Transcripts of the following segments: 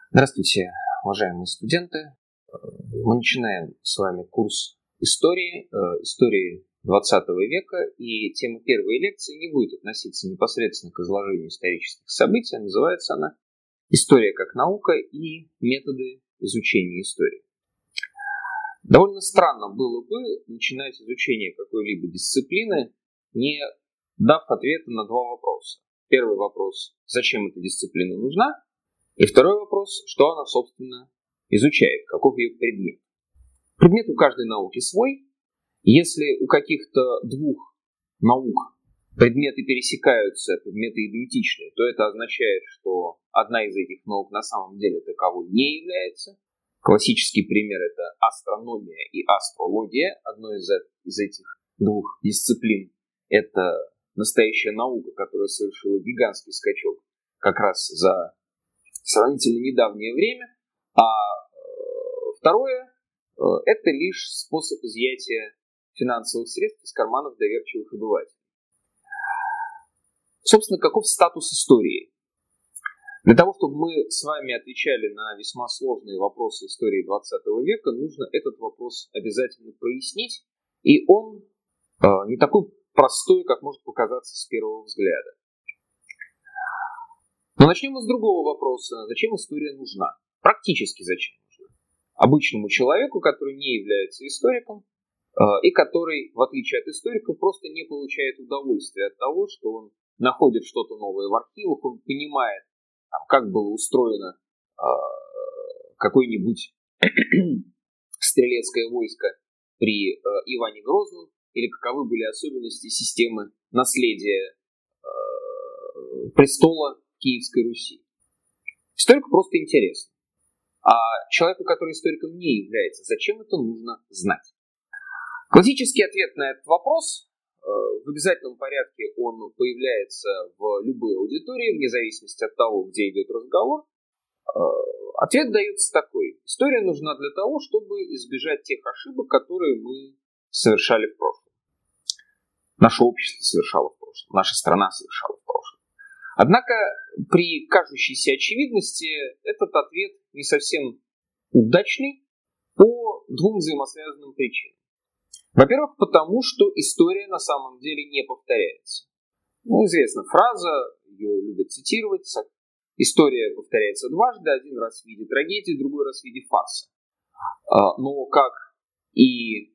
Здравствуйте, уважаемые студенты. Мы начинаем с вами курс истории 20 века, и тема первой лекции не будет относиться непосредственно к изложению исторических событий, а называется она «История как наука и методы изучения истории». Довольно странно было бы начинать изучение какой-либо дисциплины, не дав ответа на два вопроса. Первый вопрос – зачем эта дисциплина нужна? И второй вопрос, что она, собственно, изучает, каков ее предмет. Предмет у каждой науки свой. Если у каких-то двух наук предметы пересекаются, предметы идентичны, то это означает, что одна из этих наук на самом деле таковой не является. Классический пример – это астрономия и астрология. Одной из этих двух дисциплин – это настоящая наука, которая совершила гигантский скачок как раз за сравнительно недавнее время, а второе – это лишь способ изъятия финансовых средств из карманов доверчивых обывателей. Собственно, каков статус истории? Для того, чтобы мы с вами отвечали на весьма сложные вопросы истории 20 века, нужно этот вопрос обязательно прояснить, и он не такой простой, как может показаться с первого взгляда. Но начнем мы с другого вопроса. Зачем история нужна? Практически зачем нужна? Обычному человеку, который не является историком, и который, в отличие от историков, просто не получает удовольствия от того, что он находит что-то новое в архивах, он понимает, как было устроено какое-нибудь стрелецкое войско при Иване Грозном, или каковы были особенности системы наследия престола Киевской Руси. Историку просто интересно. А человеку, который историком не является, зачем это нужно знать? Классический ответ на этот вопрос, в обязательном порядке он появляется в любой аудитории, вне зависимости от того, где идет разговор. Ответ дается такой. История нужна для того, чтобы избежать тех ошибок, которые мы совершали в прошлом. Наше общество совершало в прошлом, наша страна совершала в прошлом. Однако при кажущейся очевидности этот ответ не совсем удачный по двум взаимосвязанным причинам. Во-первых, потому что история на самом деле не повторяется. Известна фраза, ее любят цитировать. История повторяется дважды, один раз в виде трагедии, другой раз в виде фарса. Но как и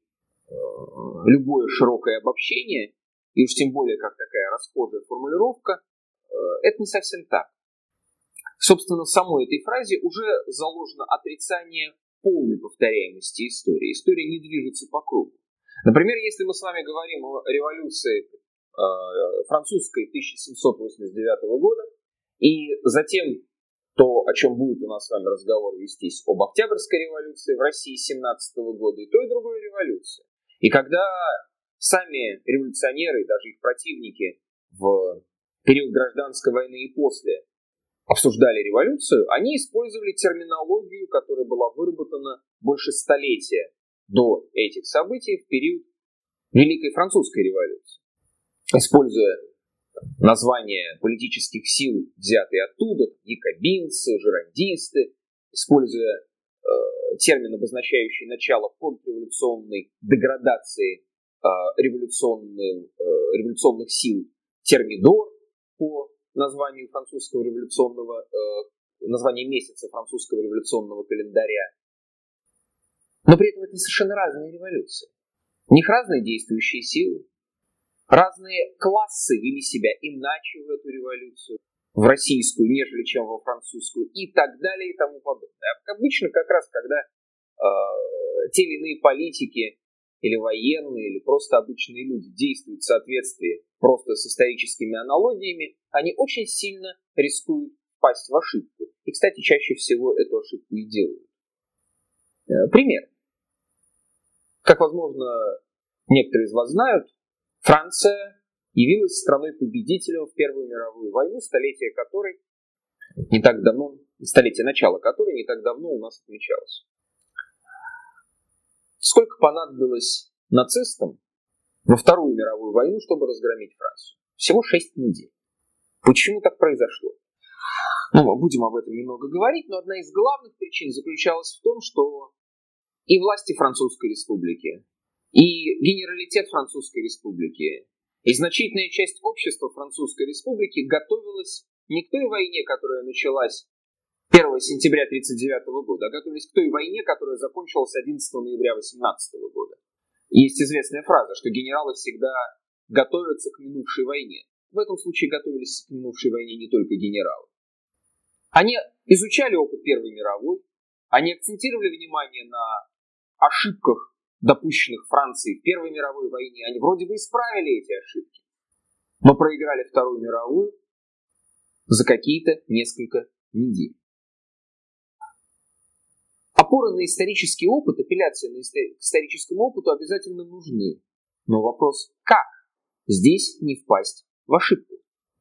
любое широкое обобщение, и уж тем более как такая расхожая формулировка, это не совсем так. Собственно, в самой этой фразе уже заложено отрицание полной повторяемости истории. История не движется по кругу. Например, если мы с вами говорим о революции французской 1789 года, и затем то, о чем будет у нас с вами разговор вестись, об Октябрьской революции в России 17 года, и той, и другой революции. И когда сами революционеры, даже их противники в период гражданской войны и после обсуждали революцию, они использовали терминологию, которая была выработана больше столетия до этих событий в период Великой Французской революции. Используя названия политических сил, взятые оттуда, якобинцы, жерандисты, используя термин, обозначающий начало контрреволюционной деградации революционных сил, термидор, по названию французского революционного, название месяца французского революционного календаря. Но при этом это совершенно разные революции. У них разные действующие силы. Разные классы вели себя иначе в эту революцию, в российскую, нежели чем во французскую, и так далее, и тому подобное. Обычно как раз, когда те или иные политики, или военные, или просто обычные люди действуют в соответствии просто с историческими аналогиями, они очень сильно рискуют впасть в ошибку. И, кстати, чаще всего эту ошибку и делают. Пример. Как, возможно, некоторые из вас знают, Франция явилась страной-победителем в Первую мировую войну, столетие начала которой не так давно у нас отмечалось. Сколько понадобилось нацистам во Вторую мировую войну, чтобы разгромить Францию? Всего 6 недель. Почему так произошло? Мы будем об этом немного говорить, но одна из главных причин заключалась в том, что и власти Французской Республики, и генералитет Французской Республики, и значительная часть общества Французской Республики готовилась не к той войне, которая началась 1 сентября 1939 года, а готовились к той войне, которая закончилась 11 ноября 18 года. Есть известная фраза, что генералы всегда готовятся к минувшей войне. В этом случае готовились к минувшей войне не только генералы. Они изучали опыт Первой мировой, они акцентировали внимание на ошибках, допущенных Францией в Первой мировой войне. Они вроде бы исправили эти ошибки, но проиграли Вторую мировую за какие-то несколько недель. Опоры на исторический опыт, апелляции к историческому опыту обязательно нужны. Но вопрос, как здесь не впасть в ошибку?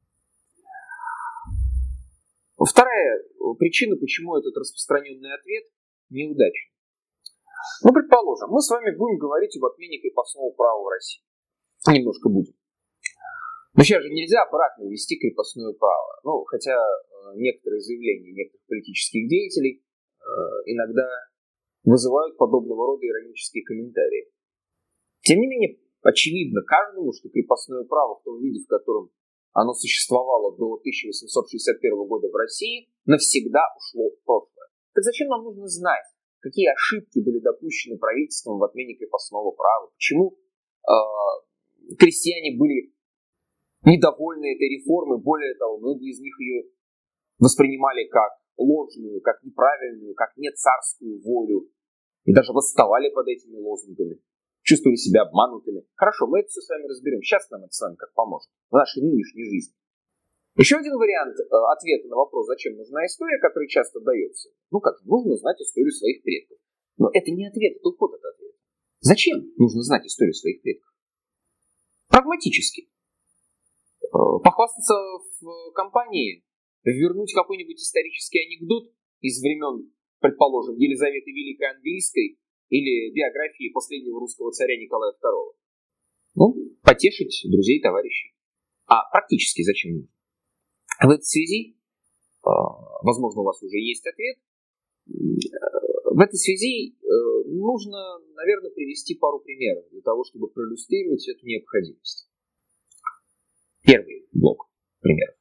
Вторая причина, почему этот распространенный ответ неудачный. Предположим, мы с вами будем говорить об отмене крепостного права в России. Немножко будем. Но сейчас же нельзя обратно ввести крепостное право. Хотя некоторые заявления некоторых политических деятелей иногда вызывают подобного рода иронические комментарии. Тем не менее, очевидно каждому, что крепостное право в том виде, в котором оно существовало до 1861 года в России, навсегда ушло в прошлое. Так зачем нам нужно знать, какие ошибки были допущены правительством в отмене крепостного права? Почему крестьяне были недовольны этой реформой? Более того, многие из них ее воспринимали как ложную, как неправильную, как не царскую волю. И даже восставали под этими лозунгами. Чувствовали себя обманутыми. Хорошо, мы это все с вами разберем. Сейчас нам это с вами как поможет в нашей нынешней жизни. Еще один вариант ответа на вопрос, зачем нужна история, который часто дается. Нужно знать историю своих предков. Но это не ответ, это уход от ответа. Зачем нужно знать историю своих предков? Прагматически. Похвастаться в компании, вернуть какой-нибудь исторический анекдот из времен, предположим, Елизаветы Великой Английской или биографии последнего русского царя Николая II. Потешить друзей, товарищей. А практически зачем нужно? В этой связи, возможно, у вас уже есть ответ, в этой связи нужно, наверное, привести пару примеров для того, чтобы проиллюстрировать эту необходимость. Первый блок примеров.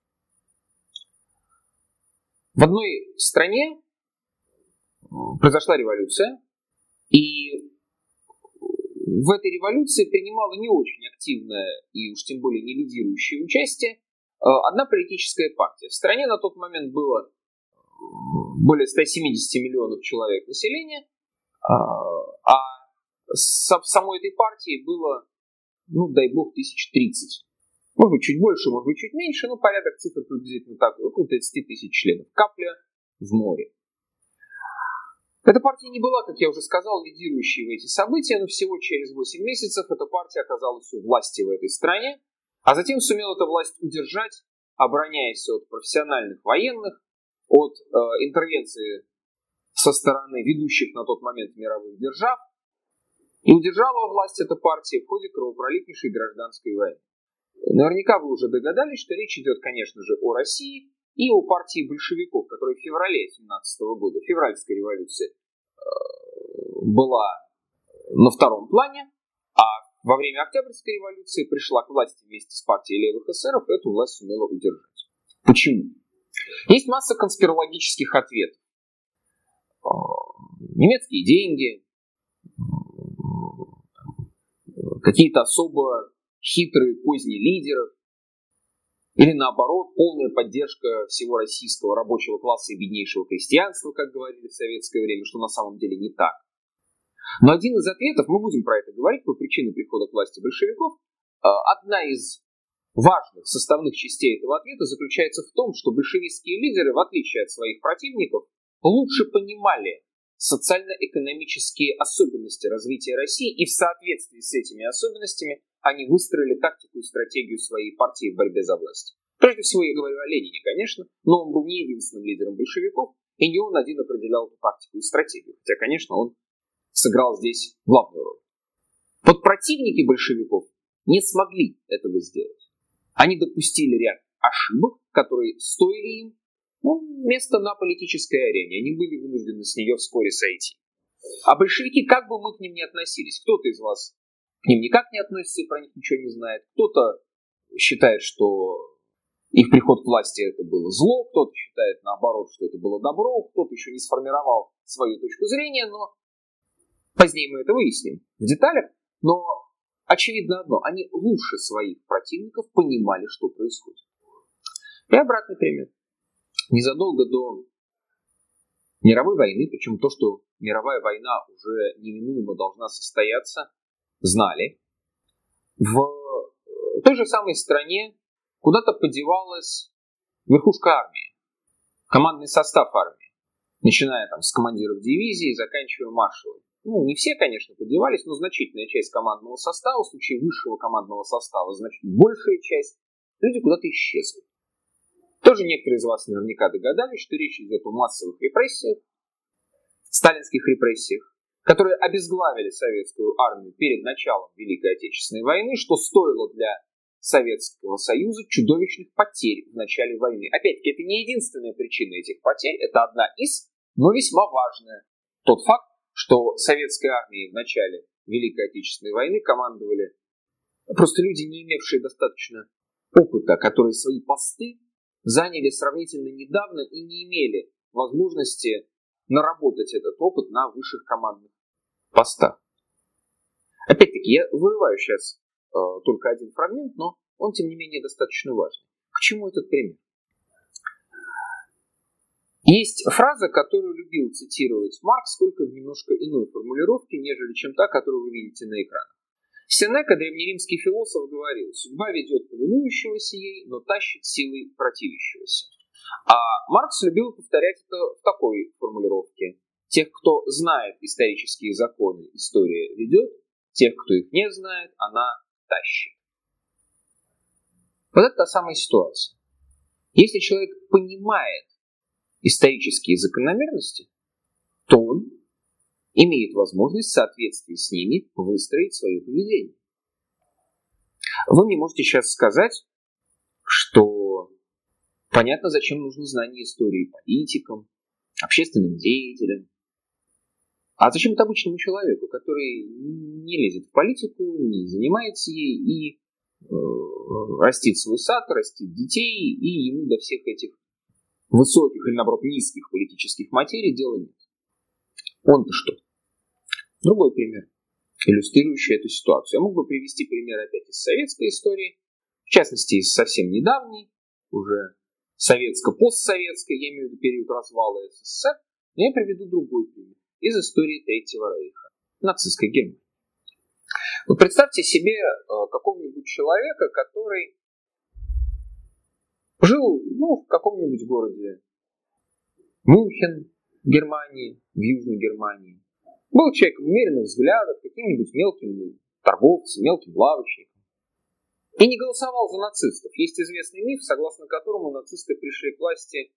В одной стране произошла революция, и в этой революции принимала не очень активное и уж тем более не лидирующее участие одна политическая партия. В стране на тот момент было более 170 миллионов человек населения, а самой этой партии было, дай бог, 1030. Может быть, чуть больше, может быть, чуть меньше, но порядок цифр приблизительно такой, около 30 тысяч членов. Капля в море. Эта партия не была, как я уже сказал, лидирующей в эти события, но всего через 8 месяцев эта партия оказалась у власти в этой стране, а затем сумела эту власть удержать, обороняясь от профессиональных военных, от интервенции со стороны ведущих на тот момент мировых держав, и удержала власть эта партия в ходе кровопролитнейшей гражданской войны. Наверняка вы уже догадались, что речь идет, конечно же, о России и о партии большевиков, которая в феврале 17 года, февральская революция, была на втором плане, а во время Октябрьской революции пришла к власти вместе с партией левых эсеров, и эту власть сумела удержать. Почему? Есть масса конспирологических ответов. Немецкие деньги, какие-то особо хитрые козни лидеров, или наоборот, полная поддержка всего российского рабочего класса и беднейшего крестьянства, как говорили в советское время, что на самом деле не так. Но один из ответов, мы будем про это говорить, по причине прихода к власти большевиков, одна из важных составных частей этого ответа заключается в том, что большевистские лидеры, в отличие от своих противников, лучше понимали социально-экономические особенности развития России, и в соответствии с этими особенностями они выстроили тактику и стратегию своей партии в борьбе за власть. Прежде всего я говорю о Ленине, конечно, но он был не единственным лидером большевиков, и не он один определял эту тактику и стратегию, хотя, конечно, он сыграл здесь главную роль. Вот противники большевиков не смогли этого сделать. Они допустили ряд ошибок, которые стоили им место на политической арене. Они были вынуждены с нее вскоре сойти. А большевики, как бы мы к ним ни относились, кто-то из вас к ним никак не относится и про них ничего не знает, кто-то считает, что их приход к власти это было зло, кто-то считает наоборот, что это было добро, кто-то еще не сформировал свою точку зрения, но позднее мы это выясним в деталях. Но очевидно одно, они лучше своих противников понимали, что происходит. И обратный пример. Незадолго до мировой войны, причем то, что мировая война уже неминуемо должна состояться, знали. В той же самой стране куда-то подевалась верхушка армии, командный состав армии, начиная там с командиров дивизии и заканчивая маршалами. Не все, конечно, подевались, но значительная часть командного состава, в случае высшего командного состава, значит, большая часть, люди куда-то исчезли. Тоже некоторые из вас наверняка догадались, что речь идет о массовых репрессиях, сталинских репрессиях, которые обезглавили советскую армию перед началом Великой Отечественной войны, что стоило для Советского Союза чудовищных потерь в начале войны. Опять-таки, это не единственная причина этих потерь, это одна из, но весьма важная. Тот факт, что советской армией в начале Великой Отечественной войны командовали просто люди, не имевшие достаточно опыта, которые свои посты заняли сравнительно недавно и не имели возможности наработать этот опыт на высших командных постах. Опять-таки, я вырываю сейчас только один фрагмент, но он, тем не менее, достаточно важный. К чему этот пример? Есть фраза, которую любил цитировать Маркс, только в немножко иной формулировке, нежели чем та, которую вы видите на экранах. Сенека, древнеримский философ, говорил: «Судьба ведет повинующегося ей, но тащит силой противящегося». А Маркс любил повторять это в такой формулировке: «Тех, кто знает исторические законы, история ведет, тех, кто их не знает, она тащит». Вот это та самая ситуация. Если человек понимает исторические закономерности, то он имеет возможность в соответствии с ними выстроить свое поведение. Вы мне можете сейчас сказать, что понятно, зачем нужно знание истории политикам, общественным деятелям. А зачем это обычному человеку, который не лезет в политику, не занимается ей и растит свой сад, растит детей, и ему до всех этих высоких или, наоборот, низких политических материй дела нет. Он-то что? Другой пример, иллюстрирующий эту ситуацию. Я мог бы привести пример опять из советской истории, в частности, из совсем недавней, уже советско-постсоветской, я имею в виду период развала СССР, но я приведу другой пример из истории Третьего Рейха, нацистской Германии. Вот представьте себе какого-нибудь человека, который жил в каком-нибудь городе Мюнхен в Германии, в Южной Германии. Был человеком умеренных взглядов, каким-нибудь мелким торговцем, мелким лавочником. И не голосовал за нацистов. Есть известный миф, согласно которому нацисты пришли к власти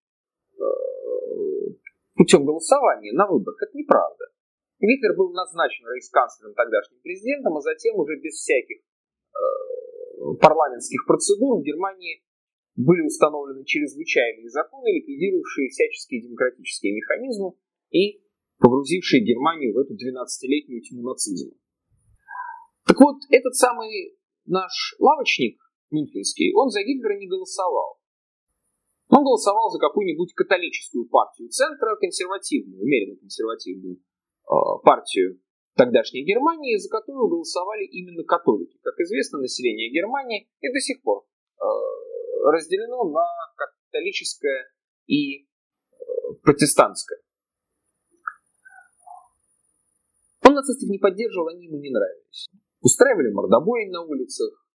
путем голосования на выборах. Это неправда. Гитлер был назначен рейхсканцлером, тогдашним президентом, а затем уже без всяких парламентских процедур в Германии были установлены чрезвычайные законы, ликвидировавшие всяческие демократические механизмы и погрузившие Германию в эту 12-летнюю тьму нацизма. Так вот, этот самый наш лавочник мюнхенский, он за Гитлера не голосовал. Он голосовал за какую-нибудь католическую партию центра, консервативную, умеренно консервативную партию тогдашней Германии, за которую голосовали именно католики. Как известно, население Германии и до сих пор разделено на католическое и протестантское. Он нацистов не поддерживал, они ему не нравились. Устраивали мордобои на улицах,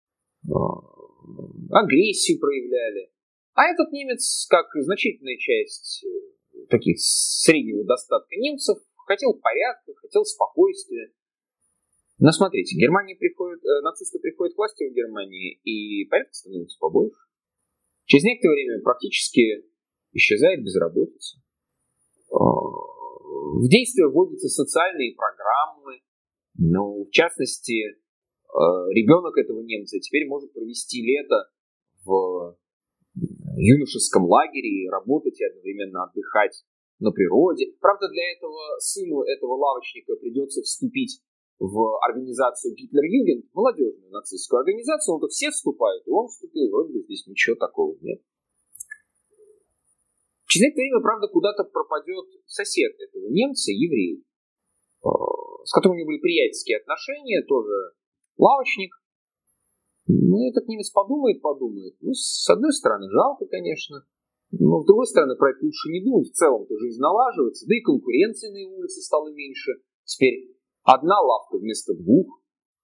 агрессию проявляли. А этот немец, как и значительная часть таких среднего достатка немцев, хотел порядка, хотел спокойствия. Но смотрите, нацисты приходят к власти в Германии, и порядка становится побольше. Через некоторое время практически исчезает безработица. В действие вводятся социальные программы. Но, в частности, ребенок этого немца теперь может провести лето в юношеском лагере и работать и одновременно отдыхать на природе. Правда, для этого сыну этого лавочника придется вступить в организацию Гитлер-Югенд, молодежную нацистскую организацию, но то все вступают, и он вступил, вроде бы здесь ничего такого нет. Через некоторое время, правда, куда-то пропадет сосед этого немца, еврей, с которым у него были приятельские отношения, тоже лавочник. Ну, этот немец подумает. Ну, с одной стороны, жалко, конечно, но с другой стороны, про это лучше не думать. В целом-то жизнь налаживается, да и конкуренции на его улице стало меньше. Теперь одна лавка вместо двух.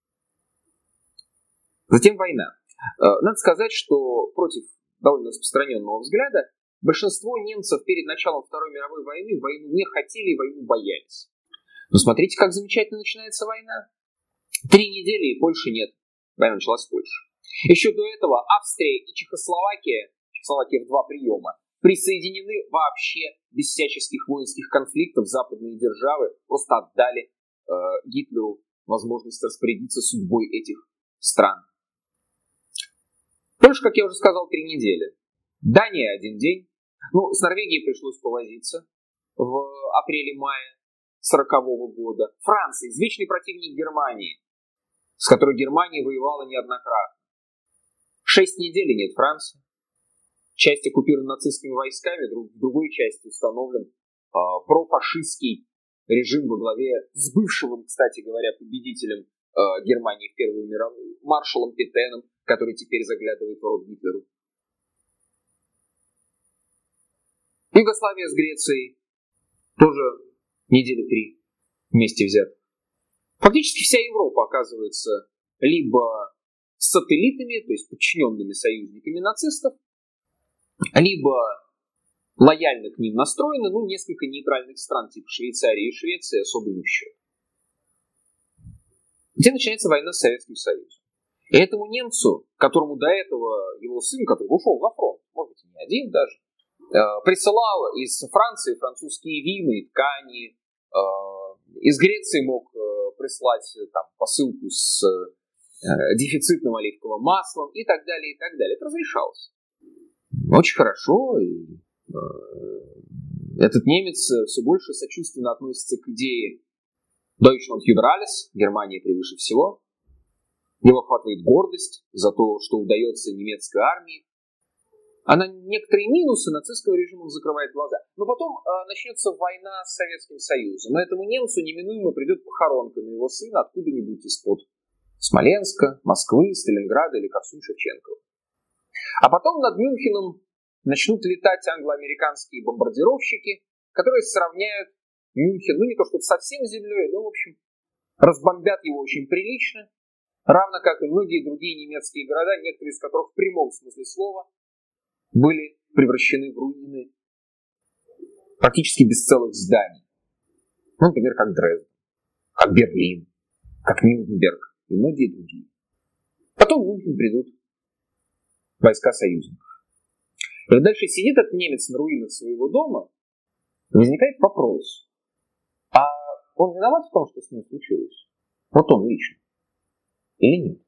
Затем война. Надо сказать, что против довольно распространенного взгляда большинство немцев перед началом Второй мировой войны войну не хотели и войну боялись. Но смотрите, как замечательно начинается война. 3 недели и Польши нет. Война началась в Польше. Еще до этого Австрия и Чехословакия в 2 приема, присоединены вообще без всяческих воинских конфликтов. Западные державы просто отдали Гитлеру возможность распорядиться судьбой этих стран. Польша, как я уже сказал, 3 недели. Дания 1 день. Ну, с Норвегией пришлось повозиться в апреле-мае 1940 года. Франция, извечный противник Германии, с которой Германия воевала неоднократно. 6 недель и нет Франции. Часть оккупирована нацистскими войсками, в другой части установлен профашистский режим во главе с бывшим, кстати говоря, победителем Германии в Первую мировую, маршалом Петеном, который теперь заглядывает в рот Гитлеру. Югославия с Грецией тоже недели 3 вместе взяты. Фактически вся Европа оказывается либо сателлитами, то есть подчиненными союзниками нацистов, либо лояльно к ним настроены, ну, несколько нейтральных стран, типа Швейцарии и Швеции, особо не в счет. Где начинается война с Советским Союзом. И этому немцу, которому до этого его сын, который ушел на фронт, может быть, и не один даже, присылал из Франции французские вины, ткани, из Греции мог прислать там посылку с дефицитным оливковым маслом и так далее, и так далее. Это разрешалось. Очень хорошо. И этот немец все больше сочувственно относится к идее Deutschland über alles, Германия превыше всего. Его охватывает гордость за то, что удается немецкой армии. А на некоторые минусы нацистского режима он закрывает глаза. Но потом начнется война с Советским Союзом. И этому немцу неминуемо придет похоронка на его сына откуда-нибудь из-под Смоленска, Москвы, Сталинграда или Корсунь-Шевченкова. А потом над Мюнхеном начнут летать англо-американские бомбардировщики, которые сравняют Мюнхен, ну не то чтобы совсем с землей, но в общем разбомбят его очень прилично, равно как и многие другие немецкие города, некоторые из которых в прямом смысле слова были превращены в руины практически без целых зданий. Ну, например, как Дрезден, как Берлин, как Нюрнберг и многие другие. Потом в Мюнхен придут войска союзников. И вот дальше сидит этот немец на руинах своего дома, и возникает вопрос, а он виноват в том, что с ним случилось? Вот он лично. Или нет?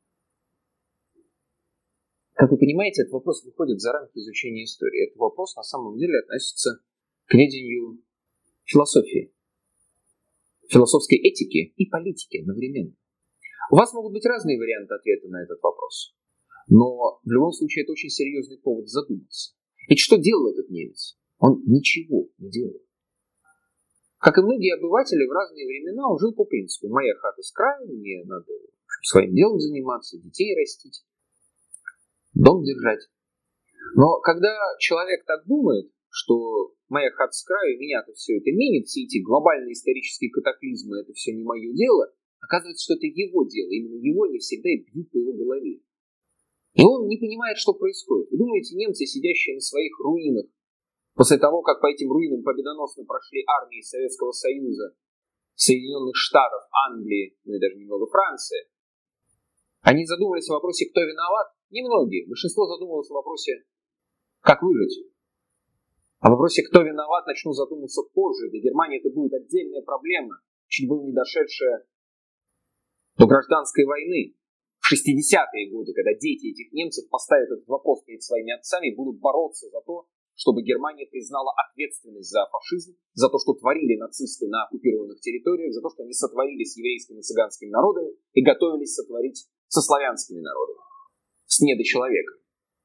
Как вы понимаете, этот вопрос выходит за рамки изучения истории. Этот вопрос на самом деле относится к ведению философии, философской этики и политики одновременно. У вас могут быть разные варианты ответа на этот вопрос. Но в любом случае это очень серьезный повод задуматься. Ведь что делал этот немец? Он ничего не делал. Как и многие обыватели в разные времена, он жил по принципу: моя хата с краю, мне надо своим делом заниматься, детей растить, дом держать. Но когда человек так думает, что моя хата с краю, меня-то все это менит, все эти глобальные исторические катаклизмы, это все не мое дело, оказывается, что это его дело. Именно его не всегда и бьют по его голове. И он не понимает, что происходит. Вы думаете, немцы, сидящие на своих руинах, после того, как по этим руинам победоносно прошли армии Советского Союза, Соединенных Штатов, Англии, ну и даже немного Франции, они задумывались о вопросе, кто виноват? Немногие. Большинство задумывалось о вопросе, как выжить. О вопросе, кто виноват, начну задумываться позже. Для Германии это будет отдельная проблема, чуть было не дошедшая до гражданской войны. в 60-е годы, когда дети этих немцев поставят этот вопрос перед своими отцами и будут бороться за то, чтобы Германия признала ответственность за фашизм, за то, что творили нацисты на оккупированных территориях, за то, что они сотворили с еврейскими и цыганскими народами и готовились сотворить со славянскими народами. С недочеловеком.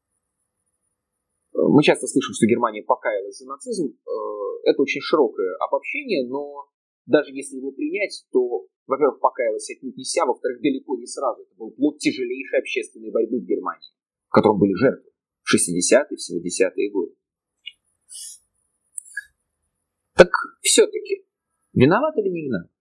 Мы часто слышим, что Германия покаялась за нацизм. Это очень широкое обобщение, но даже если его принять, то, во-первых, покаялась отнюдь не вся, во-вторых, далеко не сразу. Это был плод тяжелейшей общественной борьбы в Германии, в котором были жертвы в 60-е, в 70-е годы. Так все-таки, виноват или не виноват?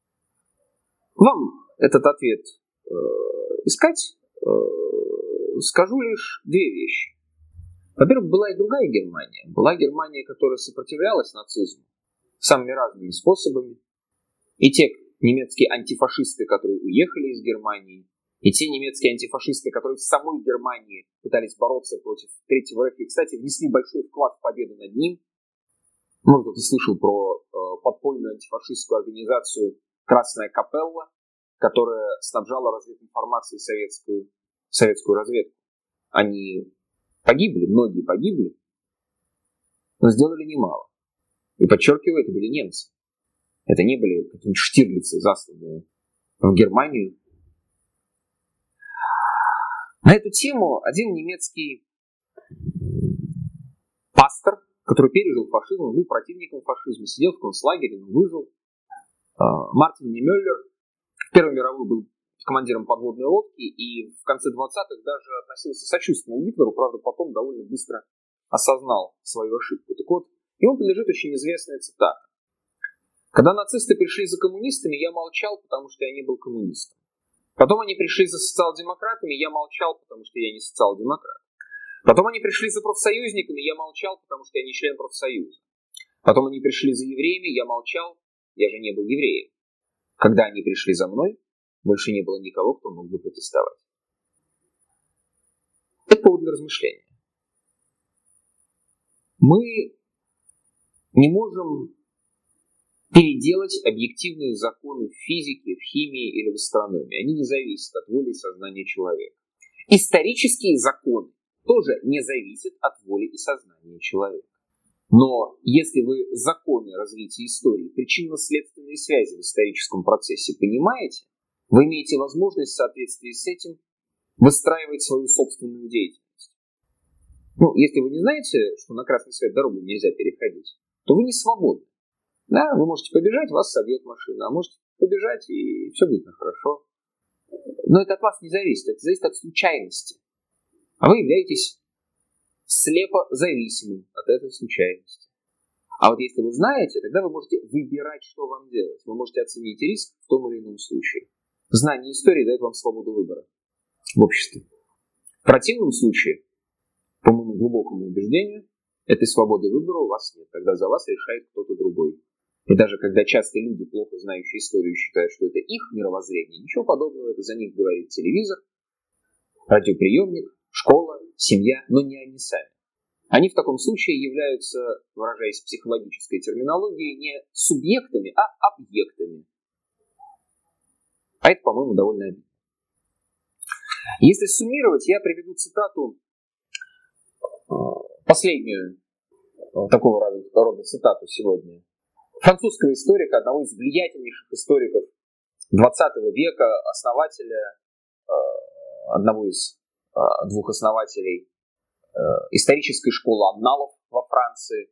Вам этот ответ искать, скажу лишь две вещи. Во-первых, была и другая Германия. Была Германия, которая сопротивлялась нацизму самыми разными способами. И те немецкие антифашисты, которые уехали из Германии, и те немецкие антифашисты, которые в самой Германии пытались бороться против Третьего Рейха, и, кстати, внесли большой вклад в победу над ним. Может, кто-то слышал про подпольную антифашистскую организацию «Красная Капелла», которая снабжала развединформацией советскую разведку. Они погибли, многие погибли, но сделали немало. И подчеркиваю, это были немцы. Это не были какие-нибудь штирлицы, засланные в Германию. На эту тему один немецкий пастор, который пережил фашизм, был противником фашизма, сидел в концлагере, но выжил. Мартин Немеллер в Первую мировую был командиром подводной лодки и в конце 20-х даже относился сочувственно к Гитлеру, правда, потом довольно быстро осознал свою ошибку. Так вот, ему подлежит очень известная цитата. «Когда нацисты пришли за коммунистами, я молчал, потому что я не был коммунистом. Потом они пришли за социал-демократами, я молчал, потому что я не социал-демократ. Потом они пришли за профсоюзниками, я молчал, потому что я не член профсоюза. Потом они пришли за евреями, я молчал, я же не был евреем. Когда они пришли за мной, больше не было никого, кто мог бы протестовать». Это повод для размышления. Мы не можем переделать объективные законы в физике, в химии или в астрономии. Они не зависят от воли и сознания человека. Исторические законы тоже не зависят от воли и сознания человека. Но если вы законы развития истории, причинно-следственные связи в историческом процессе понимаете, вы имеете возможность в соответствии с этим выстраивать свою собственную деятельность. Если вы не знаете, что на красный свет дорогу нельзя переходить, то вы не свободны. Да, вы можете побежать, вас собьет машина, а можете побежать, и все будет хорошо. Но это от вас не зависит, это зависит от случайности. А вы являетесь слепо зависимым от этой случайности. А вот если вы знаете, тогда вы можете выбирать, что вам делать. Вы можете оценить риск в том или ином случае. Знание истории дает вам свободу выбора в обществе. В противном случае, по моему глубокому убеждению, этой свободы выбора у вас нет. Тогда за вас решает кто-то другой. И даже когда часто люди, плохо знающие историю, считают, что это их мировоззрение, ничего подобного, это за них говорит телевизор, радиоприемник, школа, семья, но не они сами. Они в таком случае являются, выражаясь в психологической терминологии, не субъектами, а объектами. А это, по-моему, довольно обидно. Если суммировать, я приведу цитату, последнюю такого рода цитату сегодня, французского историка, одного из влиятельнейших историков 20 века, основателя, одного из двух основателей исторической школы анналов во Франции,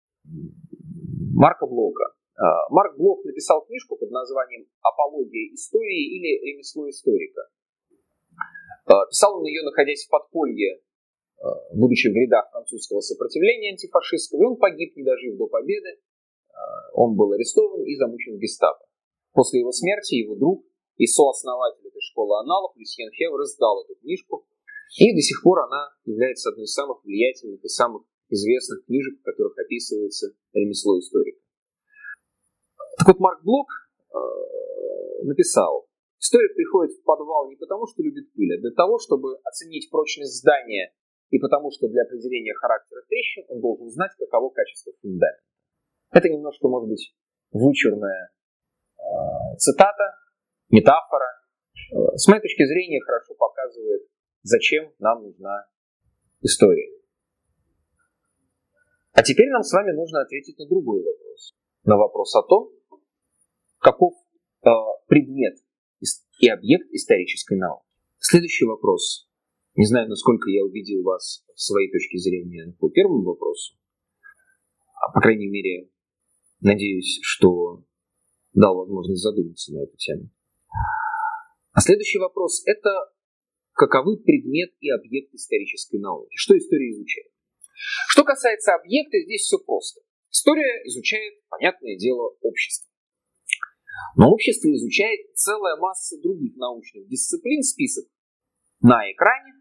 Марка Блока. Марк Блок написал книжку под названием «Апология истории» или «Ремесло историка». Писал он ее, находясь в подполье, будучи в рядах французского сопротивления антифашистского, и он погиб, не дожив до победы. Он был арестован и замучен в гестапо. После его смерти его друг и сооснователь этой школы анналов Люсьен Февр издал эту книжку, и до сих пор она является одной из самых влиятельных и самых известных книжек, в которых описывается ремесло историка. Так вот, Марк Блок написал: историк приходит в подвал не потому, что любит пыль, а для того, чтобы оценить прочность здания, и потому, что для определения характера трещин он должен знать, каково качество фундамента. Это немножко, может быть, вычурная цитата, метафора, с моей точки зрения, хорошо показывает, зачем нам нужна история. А теперь нам с вами нужно ответить на другой вопрос. На вопрос о том, каков предмет и объект исторической науки. Следующий вопрос. Не знаю, насколько я убедил вас в своей точке зрения по первому вопросу. По крайней мере, надеюсь, что дал возможность задуматься на эту тему. А следующий вопрос – это каковы предмет и объект исторической науки? Что история изучает? Что касается объекта, здесь все просто. История изучает, понятное дело, общество. Но общество изучает целая масса других научных дисциплин, список на экране,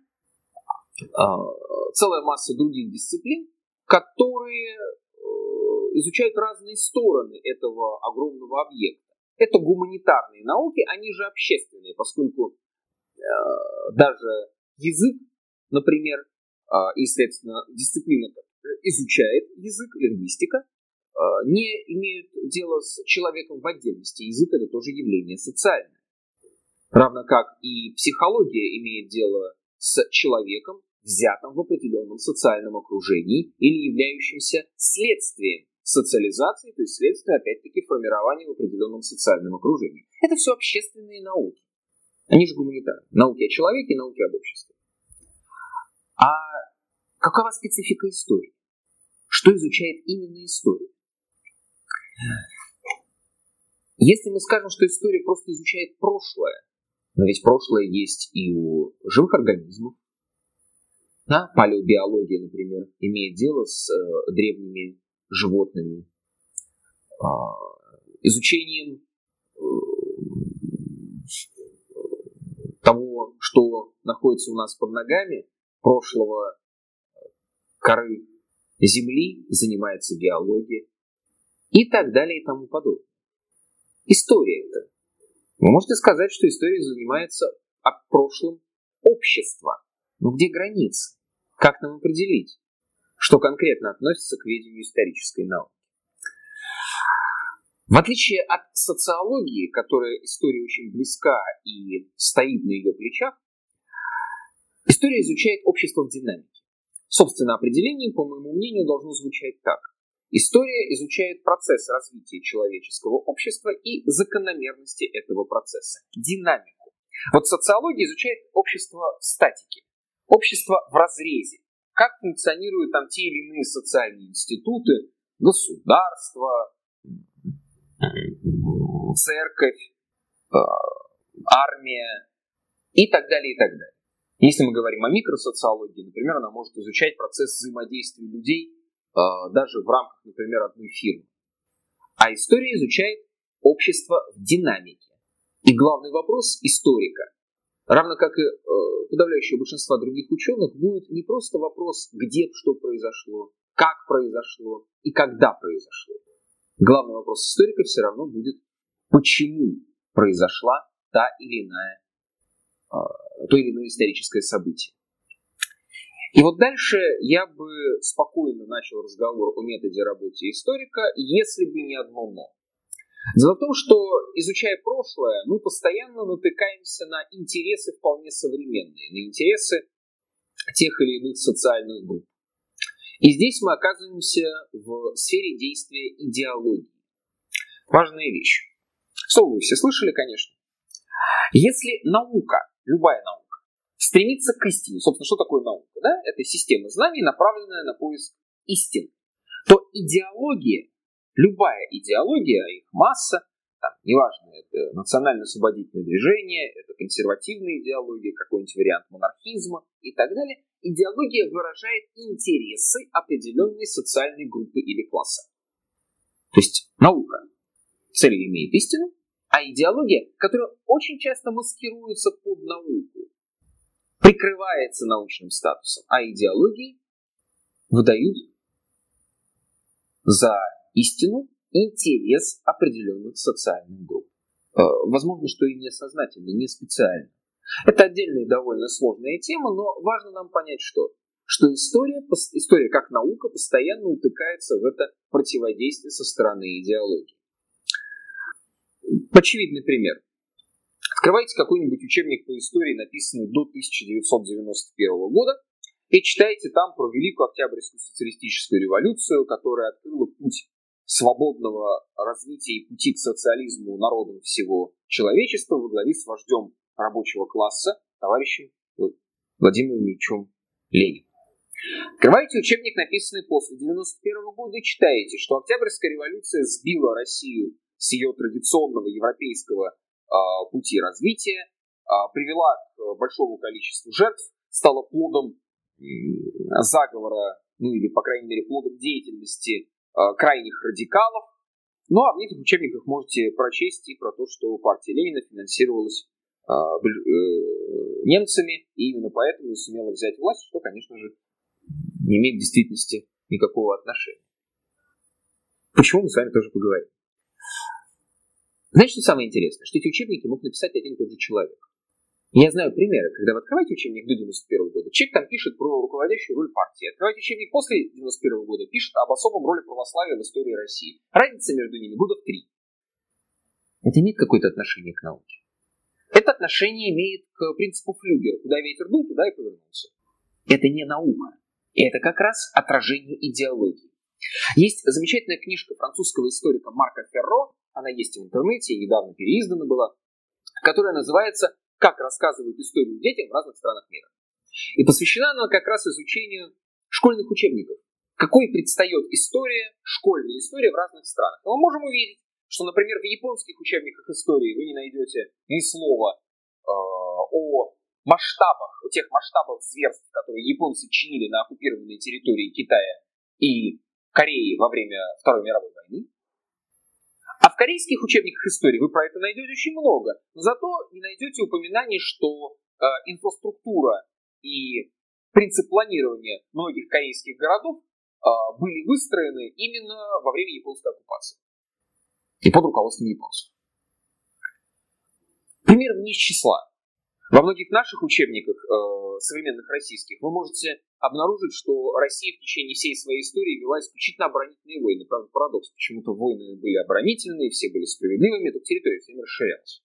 целая масса других дисциплин, которые изучают разные стороны этого огромного объекта. Это гуманитарные науки, они же общественные, поскольку даже язык, например, и, следственно, дисциплина изучает язык, лингвистика, не имеют дела с человеком в отдельности. Язык – это тоже явление социальное. Равно как и психология имеет дело с человеком, взятым в определенном социальном окружении или являющимся следствием социализации, то есть следствием, опять-таки, формирования в определенном социальном окружении. Это все общественные науки. Они же гуманитарные. Науки о человеке, науки об обществе. А какова специфика истории? Что изучает именно история? Если мы скажем, что история просто изучает прошлое, но ведь прошлое есть и у живых организмов, да? Палеобиология, например, имеет дело с древними животными, изучением того, что находится у нас под ногами, прошлого коры Земли, занимается геология и так далее и тому подобное. История это. Вы можете сказать, что история занимается прошлым общества. Но где границы? Как нам определить, что конкретно относится к ведению исторической науки? В отличие от социологии, которая истории очень близка и стоит на ее плечах, история изучает общество в динамике. Собственно, определение, по моему мнению, должно звучать так. История изучает процесс развития человеческого общества и закономерности этого процесса, динамику. Вот социология изучает общество в статике, общество в разрезе, как функционируют там те или иные социальные институты, государство, церковь, армия и так далее, и так далее. Если мы говорим о микросоциологии, например, она может изучать процесс взаимодействия людей даже в рамках, например, одной фирмы. А история изучает общество в динамике. И главный вопрос историка, равно как и подавляющего большинства других ученых, будет не просто вопрос, где что произошло, как произошло и когда произошло. Главный вопрос историка все равно будет, почему произошла то или иное историческое событие. И вот дальше я бы спокойно начал разговор о методе работы историка, если бы не одно «но». Дело в том, что, изучая прошлое, мы постоянно натыкаемся на интересы вполне современные, на интересы тех или иных социальных групп. И здесь мы оказываемся в сфере действия идеологии. Важная вещь. Слово вы все слышали, конечно. Если наука, любая наука, стремится к истине, собственно, что такое наука? Да? Это система знаний, направленная на поиск истины. То идеология, любая идеология, их масса, там, неважно, это национально-освободительное движение, это консервативная идеология, какой-нибудь вариант монархизма и так далее, идеология выражает интересы определенной социальной группы или класса. То есть наука целью имеет истину, а идеология, которая очень часто маскируется под науку, прикрывается научным статусом, а идеологии выдают за истину интерес определенных социальных групп. Возможно, что и несознательно, не специально. Это отдельная и довольно сложная тема, но важно нам понять, что история как наука постоянно утыкается в это противодействие со стороны идеологии. Очевидный пример. Открывайте какой-нибудь учебник по истории, написанный до 1991 года, и читаете там про Великую Октябрьскую социалистическую революцию, которая открыла путь свободного развития и пути к социализму народам всего человечества во главе с вождем рабочего класса, товарищем Владимиром Ильичем Лениным. Открываете учебник, написанный после 1991 года, и читаете, что Октябрьская революция сбила Россию с ее традиционного европейского пути развития, привела к большому количеству жертв, стала плодом заговора, или, по крайней мере, плодом деятельности крайних радикалов. Ну, а в этих учебниках можете прочесть и про то, что партия Ленина финансировалась немцами, и именно поэтому и сумела взять власть, что, конечно же, не имеет в действительности никакого отношения. Почему, мы с вами тоже поговорим. Знаете, что самое интересное? Что эти учебники мог написать один и тот же человек. Я знаю примеры, когда вы открываете учебник до 91 года, человек там пишет про руководящую роль партии. Открываете учебник после 91 года, пишет об особом роли православия в истории России. Разница между ними года в 3. Это имеет какое-то отношение к науке. Это отношение имеет к принципу флюгера. Куда ветер дул, туда и повернулся. Это не наука. Это как раз отражение идеологии. Есть замечательная книжка французского историка Марка Ферро, она есть в интернете, недавно переиздана была, которая называется «Как рассказывают историю детям в разных странах мира». И посвящена она как раз изучению школьных учебников. Какой предстает история, школьная история в разных странах. И мы можем увидеть, что, например, в японских учебниках истории вы не найдете ни слова о масштабах, о тех масштабах зверств, которые японцы чинили на оккупированной территории Китая и Кореи во время Второй мировой войны. А в корейских учебниках истории вы про это найдете очень много. Но зато не найдете упоминаний, что инфраструктура и принцип планирования многих корейских городов были выстроены именно во время японской оккупации. И под руководством японцев. Примеров не из числа. Во многих наших учебниках, современных российских, вы можете обнаружить, что Россия в течение всей своей истории вела исключительно оборонительные войны. Правда, парадокс. Почему-то войны были оборонительные, все были справедливыми, только территория все время расширялась.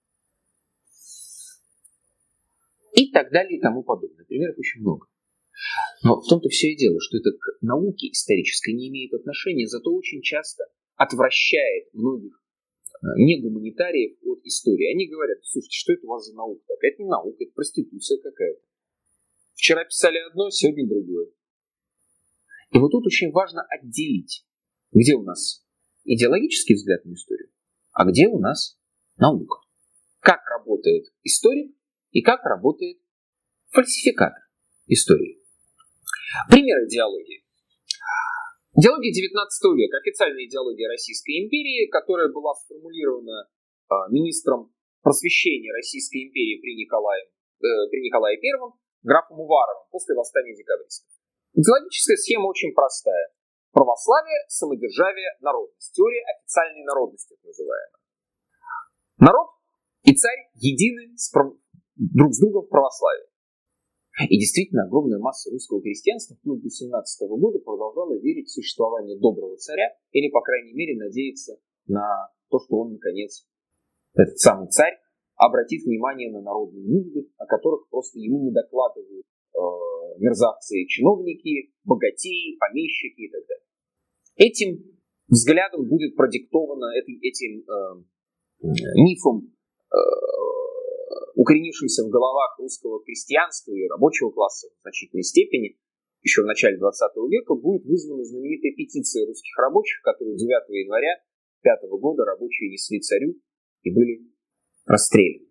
И так далее и тому подобное. Примеров очень много. Но в том-то все и дело, что это к науке исторической не имеет отношения, зато очень часто отвращает многих негуманитариев от истории. Они говорят: слушайте, что это у вас за наука? Это не наука, это проституция какая-то. Вчера писали одно, сегодня другое. И вот тут очень важно отделить, где у нас идеологический взгляд на историю, а где у нас наука. Как работает историк и как работает фальсификатор истории. Пример идеологии. Идеология XIX века, официальная идеология Российской империи, которая была сформулирована министром просвещения Российской империи при Николае I, графом Уваровым, после восстания декабристов. Идеологическая схема очень простая. Православие, самодержавие, народность. Теория официальной народности, так называемая. Народ и царь едины друг с другом в православии. И действительно, огромная масса русского крестьянства вплоть до 17 года продолжала верить в существование доброго царя, или, по крайней мере, надеяться на то, что он, наконец, этот самый царь, обратит внимание на народные нужды, о которых просто ему не докладывают мерзавцы, чиновники, богатеи, помещики и так далее. Этим взглядом будет продиктовано, этим мифом, укоренившимся в головах русского крестьянства и рабочего класса в значительной степени, еще в начале 20 века, будет вызвана знаменитая петиция русских рабочих, которую 9 января 5 года рабочие несли царю и были расстреляны.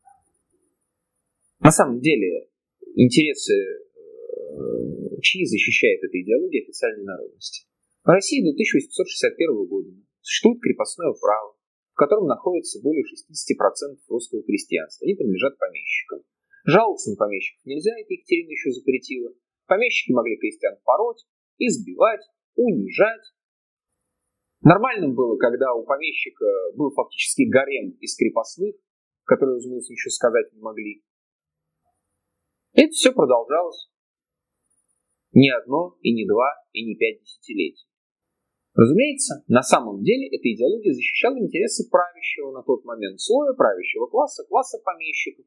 На самом деле, интересы чьи защищает эта идеология официальной народности? В России до 1861 года существует крепостное право, в котором находится более 60% русского крестьянства. Они принадлежат помещикам. Жаловаться на помещиков нельзя, это Екатерина еще запретила. Помещики могли крестьян пороть, избивать, унижать. Нормальным было, когда у помещика был фактически гарем из крепостных, которые, разумеется, ничего сказать не могли. Это все продолжалось не одно, и не два, и не 5 десятилетий. Разумеется, на самом деле эта идеология защищала интересы правящего на тот момент слоя, правящего класса, класса помещиков.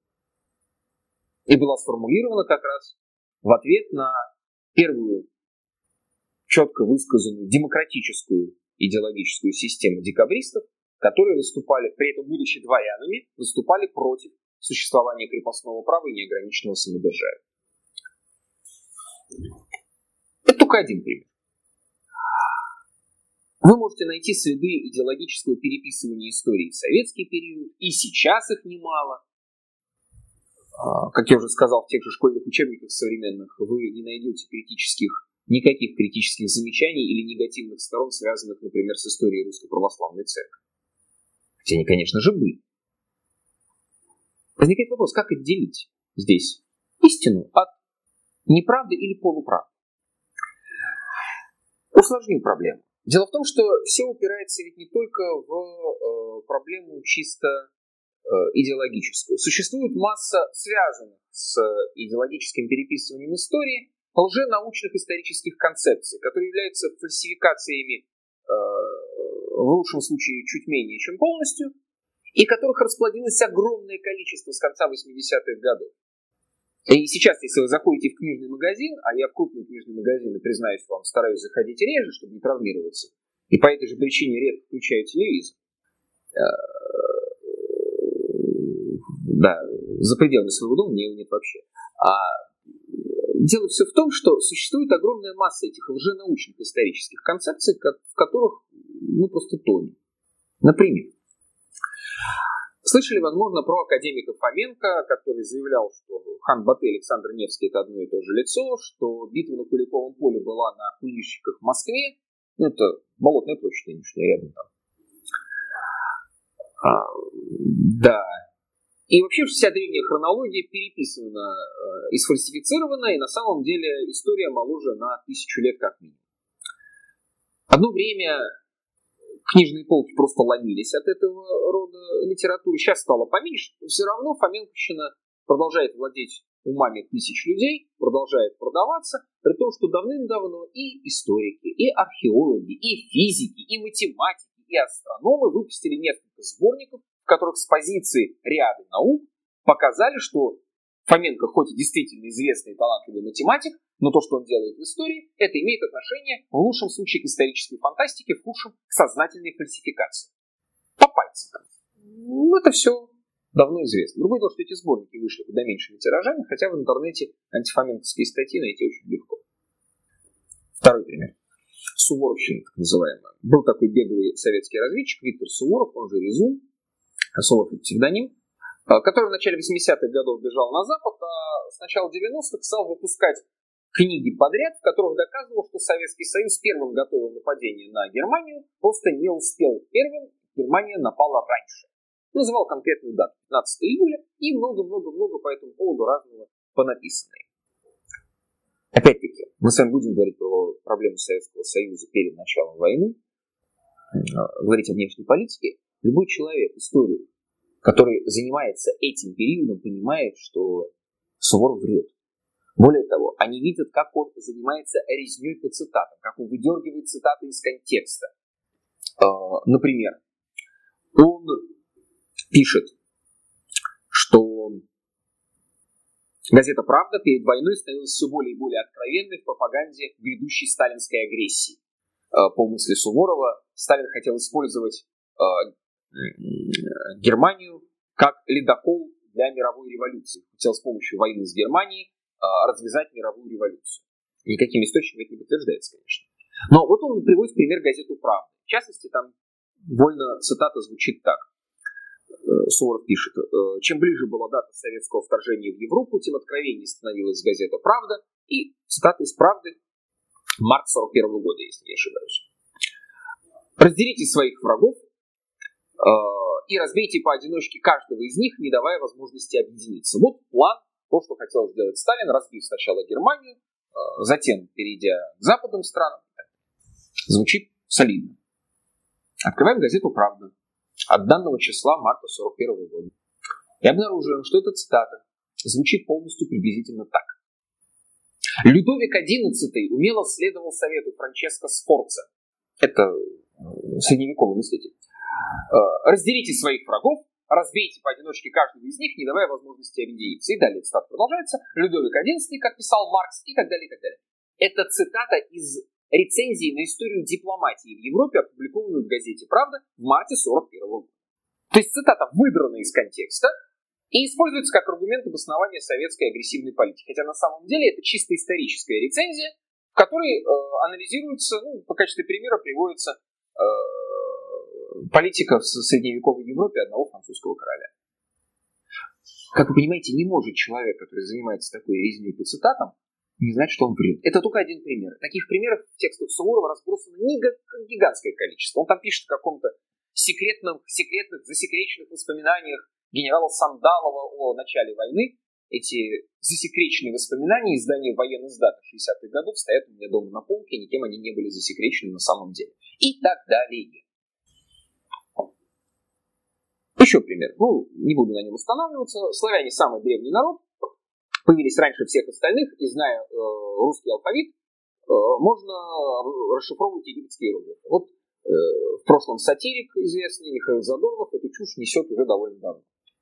И была сформулирована как раз в ответ на первую четко высказанную демократическую идеологическую систему декабристов, которые выступали, при этом будучи дворянами, выступали против существования крепостного права и неограниченного самодержавия. Это только один пример. Вы можете найти следы идеологического переписывания истории в советский период, и сейчас их немало. Как я уже сказал, в тех же школьных учебниках современных вы не найдете никаких критических замечаний или негативных сторон, связанных, например, с историей Русской Православной Церкви. Хотя они, конечно же, были. Возникает вопрос, как отделить здесь истину от неправды или полуправды? Усложню проблему. Дело в том, что все упирается ведь не только в проблему чисто идеологическую. Существует масса связанных с идеологическим переписыванием истории лженаучных исторических концепций, которые являются фальсификациями в лучшем случае чуть менее чем полностью, и которых расплодилось огромное количество с конца 80-х годов. И сейчас, если вы заходите в книжный магазин, а я в крупные книжные магазины, признаюсь вам, стараюсь заходить реже, чтобы не травмироваться, и по этой же причине редко включаю телевизор, да, за пределами своего дома мне его нет вообще. Дело все в том, что существует огромная масса этих лженаучных исторических концепций, в которых мы просто тонем. Например, слышали, возможно, про академика Фоменко, который заявлял, что хан Батый и Александр Невский — это одно и то же лицо, что битва на Куликовом поле была на Кулищиках в Москве, это Болотная площадь нынешняя, рядом там. Да. И вообще вся древняя хронология переписана и сфальсифицирована, и на самом деле история моложе на 1000 лет как минимум. Одно время книжные полки просто ломились от этого рода литературы. Сейчас стало поменьше, но все равно Фоменковщина продолжает владеть умами тысяч людей, продолжает продаваться, при том, что давным-давно и историки, и археологи, и физики, и математики, и астрономы выпустили несколько сборников, в которых с позиции ряда наук показали, что Фоменко хоть и действительно известный и талантливый математик, но то, что он делает в истории, это имеет отношение в лучшем случае к исторической фантастике, в худшем к сознательной фальсификации. По пальцам. Это все давно известно. Другое дело, что эти сборники вышли куда меньшими тиражами, хотя в интернете антифоменковские статьи найти очень легко. Второй пример. Суворовщина, так называемая. Был такой беглый советский разведчик Виктор Суворов, он же Резун, Суворов — это псевдоним, который в начале 80-х годов бежал на Запад, а с начала 90-х стал выпускать книги подряд, в которых доказывал, что Советский Союз первым готовил нападение на Германию, просто не успел первым, Германия напала раньше. Называл конкретную дату, 15 июля, и много-много-много по этому поводу разного понаписанного. Опять-таки, мы с вами будем говорить про проблему Советского Союза перед началом войны, говорить о внешней политике. Любой человек, историк, который занимается этим периодом, понимает, что Суворов врет. Более того, они видят, как он занимается резней по цитатам, как он выдергивает цитаты из контекста. Например, он пишет, что газета «Правда» перед войной становилась все более и более откровенной в пропаганде грядущей сталинской агрессии. По мысли Суворова, Сталин хотел использовать Германию как ледокол для мировой революции. Хотел с помощью войны с Германией развязать мировую революцию. Никакими источниками это не подтверждается, конечно. Но вот он приводит в пример газету «Правда». В частности, там вольно цитата звучит так. Суворов пишет: чем ближе была дата советского вторжения в Европу, тем откровеннее становилась газета «Правда». И цитата из «Правды», март 41 года, если не ошибаюсь. Разделите своих врагов и разбейте поодиночке каждого из них, не давая возможности объединиться. Вот план, то, что хотел сделать Сталин, разбив сначала Германию, затем перейдя к западным странам. Звучит солидно. Открываем газету «Правда» от данного числа марта 41 года. И обнаруживаем, что эта цитата звучит полностью приблизительно так. Людовик XI умело следовал совету Франческо Сфорца Это средневековый мыслитель. Разделите своих врагов, разбейте поодиночке каждого из них, не давая возможности объединиться. И далее цитата продолжается. Людовик XI, как писал Маркс, и так далее, и так далее. Это цитата из рецензии на историю дипломатии в Европе, опубликованную в газете «Правда» в марте 1941 года. То есть цитата выдрана из контекста и используется как аргумент обоснования советской агрессивной политики. Хотя на самом деле это чисто историческая рецензия, в которой анализируется, по качестве примера приводится политика в средневековой Европе одного французского короля. Как вы понимаете, не может человек, который занимается такой резней по цитатам, не знать, что он врет. Это только один пример. Таких примеров в текстах Суворова разбросано гигантское количество. Он там пишет о каком-то секретных, засекреченных воспоминаниях генерала Сандалова о начале войны. Эти засекреченные воспоминания издания военных издатов 60-х годов стоят у меня дома на полке, никем они не были засекречены на самом деле. И так далее. Еще пример. Не буду на нем останавливаться. Славяне самый древний народ. Появились раньше всех остальных, и зная русский алфавит, можно расшифровывать египетские иероглифы. Вот в прошлом сатирик известный Михаил Задорнов эту чушь несет уже довольно давно.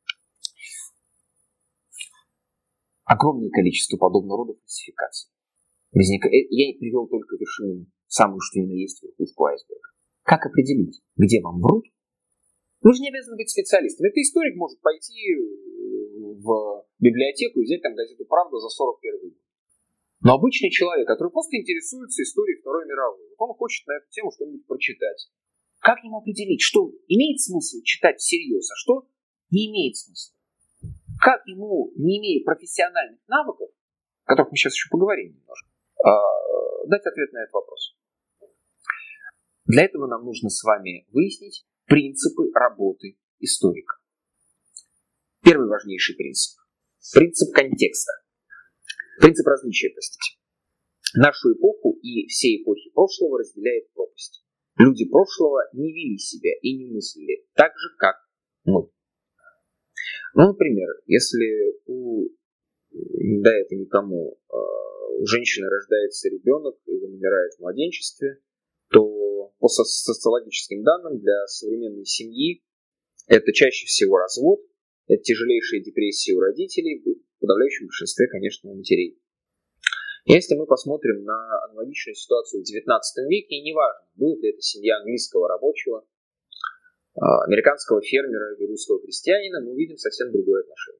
Огромное количество подобного рода фальсификаций. Я привел только вершину, самую что ни на есть верхушку айсберга. Как определить, где вам врут? Вы же не обязаны быть специалистом. Это историк может пойти в библиотеку и взять там газету «Правда» за 41 год. Но обычный человек, который просто интересуется историей Второй мировой, он хочет на эту тему что-нибудь прочитать. Как ему определить, что имеет смысл читать всерьез, а что не имеет смысла? Как ему, не имея профессиональных навыков, о которых мы сейчас еще поговорим немножко, дать ответ на этот вопрос? Для этого нам нужно с вами выяснить принципы работы историка. Первый важнейший принцип. Принцип контекста. Принцип различия, простите. Нашу эпоху и все эпохи прошлого разделяет пропасть. Люди прошлого не вели себя и не мыслили так же, как мы. Например, если не дай это никому, у женщины рождается ребенок и он умирает в младенчестве, то по социологическим данным для современной семьи это чаще всего развод, это тяжелейшая депрессия у родителей, в подавляющем большинстве, конечно, у матерей. Если мы посмотрим на аналогичную ситуацию в XIX веке, и неважно, будет ли это семья английского рабочего, американского фермера или русского крестьянина, мы увидим совсем другое отношение.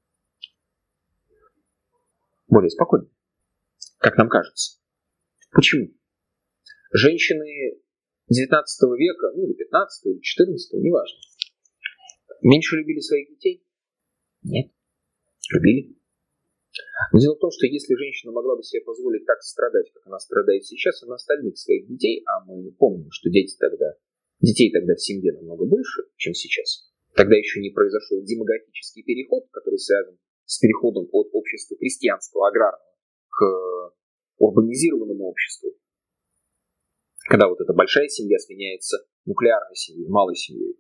Более спокойное, как нам кажется. Почему? Женщины XIX века, или 15 или 14, неважно, меньше любили своих детей? Нет. Любили. Но дело в том, что если женщина могла бы себе позволить так страдать, как она страдает сейчас, она остальных своих детей, а мы помним, что детей тогда в семье намного больше, чем сейчас, тогда еще не произошел демографический переход, который связан с переходом от общества крестьянского, аграрного к урбанизированному обществу, когда вот эта большая семья сменяется нуклеарной семьей, малой семьей.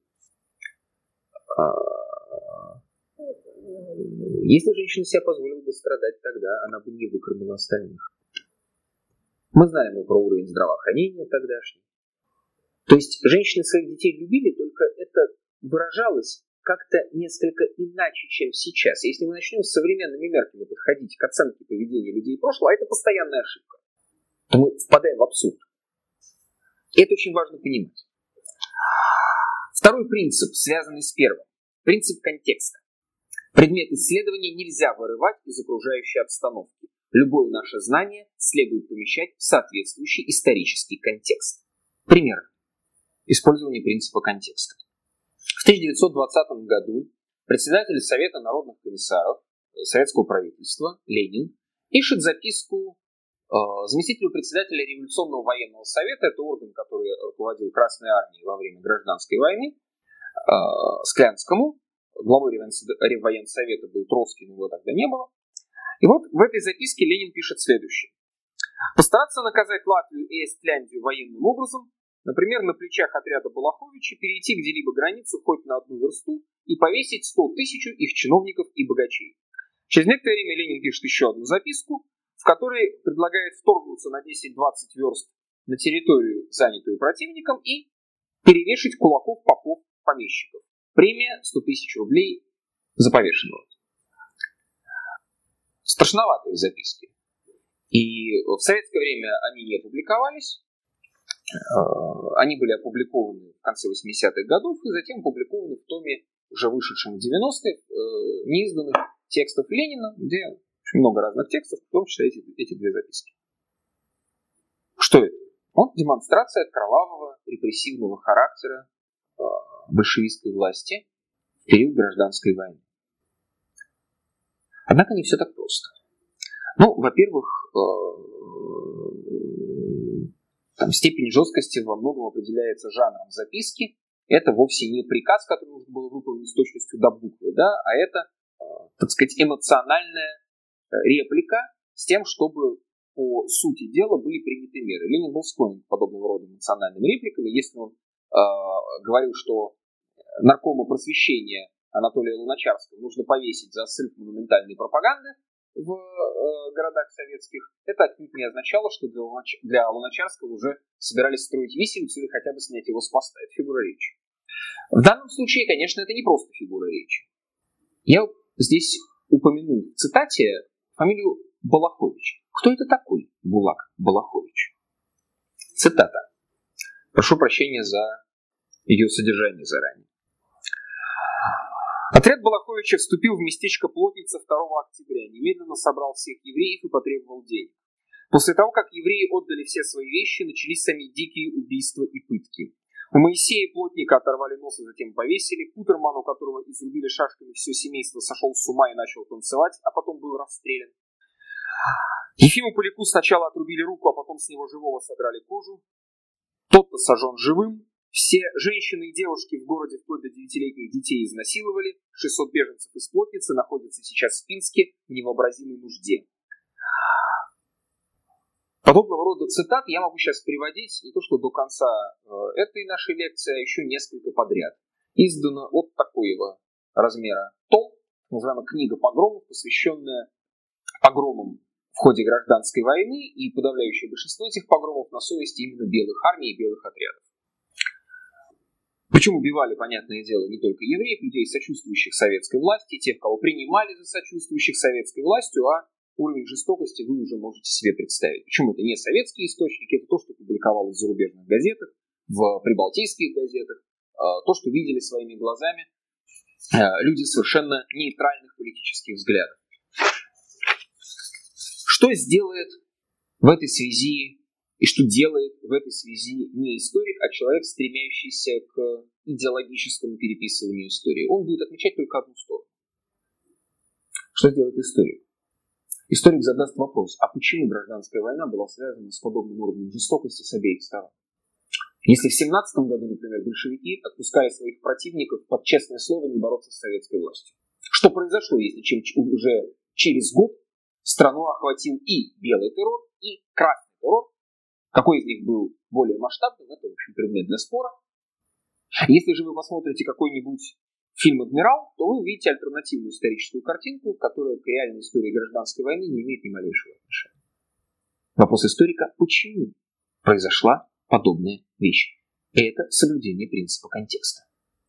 Если женщина себя позволила бы страдать тогда, она бы не выкормила остальных. Мы знаем и про уровень здравоохранения тогдашний. То есть женщины своих детей любили, только это выражалось как-то несколько иначе, чем сейчас. Если мы начнем с современными мерками подходить к оценке поведения людей прошлого, а это постоянная ошибка, то мы впадаем в абсурд. И это очень важно понимать. Второй принцип, связанный с первым. Принцип контекста. Предмет исследования нельзя вырывать из окружающей обстановки. Любое наше знание следует помещать в соответствующий исторический контекст. Пример. Использование принципа контекста. В 1920 году председатель Совета народных комиссаров советского правительства Ленин пишет записку заместителю председателя Революционного военного совета, это орган, который руководил Красной армией во время гражданской войны, Склянскому. Главой Реввоенсовета был Троцкий, но его тогда не было. И вот в этой записке Ленин пишет следующее. Постараться наказать Латвию и Эстляндию военным образом, например, на плечах отряда Балаховича перейти где-либо границу хоть на 1 версту и повесить 100 000 их чиновников и богачей. Через некоторое время Ленин пишет еще одну записку, в которой предлагает вторгнуться на 10-20 верст на территорию, занятую противником, и перевешать кулаков, попов, помещиков. Премия 100 тысяч рублей за повешенного. Страшноватые записки. И в советское время они не публиковались. Они были опубликованы в конце 80-х годов и затем опубликованы в томе, уже вышедшем в 90-е, неизданных текстов Ленина, где очень много разных текстов, в том числе эти две записки. Что это? Вот демонстрация кровавого репрессивного характера большевистской власти в период гражданской войны. Однако не все так просто. Ну, во-первых, степень жесткости во многом определяется жанром записки. Это вовсе не приказ, который нужно было выполнить с точностью до буквы, да, а это, так сказать, эмоциональная реплика с тем, чтобы по сути дела были приняты меры. Ленин был склонен к подобного рода эмоциональным репликам, и если он говорил, что наркома просвещения Анатолия Луначарского нужно повесить за ссылку монументальной пропаганды в городах советских, это отнюдь не означало, что для Луначарского уже собирались строить виселицу или хотя бы снять его с поста. Это фигура речи. В данном случае, конечно, это не просто фигура речи. Я здесь упомяну в цитате фамилию Балахович. Кто это такой Булак Балахович? Цитата. Прошу прощения за ее содержание заранее. Отряд Балаховича вступил в местечко Плотница 2 октября, немедленно собрал всех евреев и потребовал денег. После того, как евреи отдали все свои вещи, начались сами дикие убийства и пытки. У Моисея Плотника оторвали нос и затем повесили. Путерман, у которого изрубили шашками все семейство, сошел с ума и начал танцевать, а потом был расстрелян. Ефиму Поляку сначала отрубили руку, а потом с него живого содрали кожу. Тот-то сожжен живым. Все женщины и девушки в городе вплоть до 9-летних детей изнасиловали. 600 беженцев из Плотницы находятся сейчас в Пинске в невообразимой нужде. Подобного рода цитат я могу сейчас приводить не то что до конца этой нашей лекции, а еще несколько подряд. Издано вот такого размера том, называемая книга погромов, посвященная погромам в ходе гражданской войны, и подавляющее большинство этих погромов на совести именно белых армий и белых отрядов. Причем убивали, понятное дело, не только евреев, людей, сочувствующих советской власти, тех, кого принимали за сочувствующих советской властью, а уровень жестокости вы уже можете себе представить. Причем это не советские источники, это то, что публиковалось в зарубежных газетах, в прибалтийских газетах, то, что видели своими глазами люди совершенно нейтральных политических взглядов. Что сделает в этой связи и что делает в этой связи не историк, а человек, стремящийся к идеологическому переписыванию истории? Он будет отмечать только одну сторону. Что сделает историк? Историк задаст вопрос, а почему гражданская война была связана с подобным уровнем жестокости с обеих сторон? Если в 1917 году, например, большевики отпускали своих противников под честное слово не бороться с советской властью. Что произошло, если уже через год страну охватил и белый террор, и красный террор? Какой из них был более масштабным, это, в общем, предмет для спора. Если же вы посмотрите какой-нибудь фильм «Адмирал», то вы увидите альтернативную историческую картинку, которая к реальной истории гражданской войны не имеет ни малейшего отношения. Вопрос историка, почему произошла подобная вещь? Это соблюдение принципа контекста.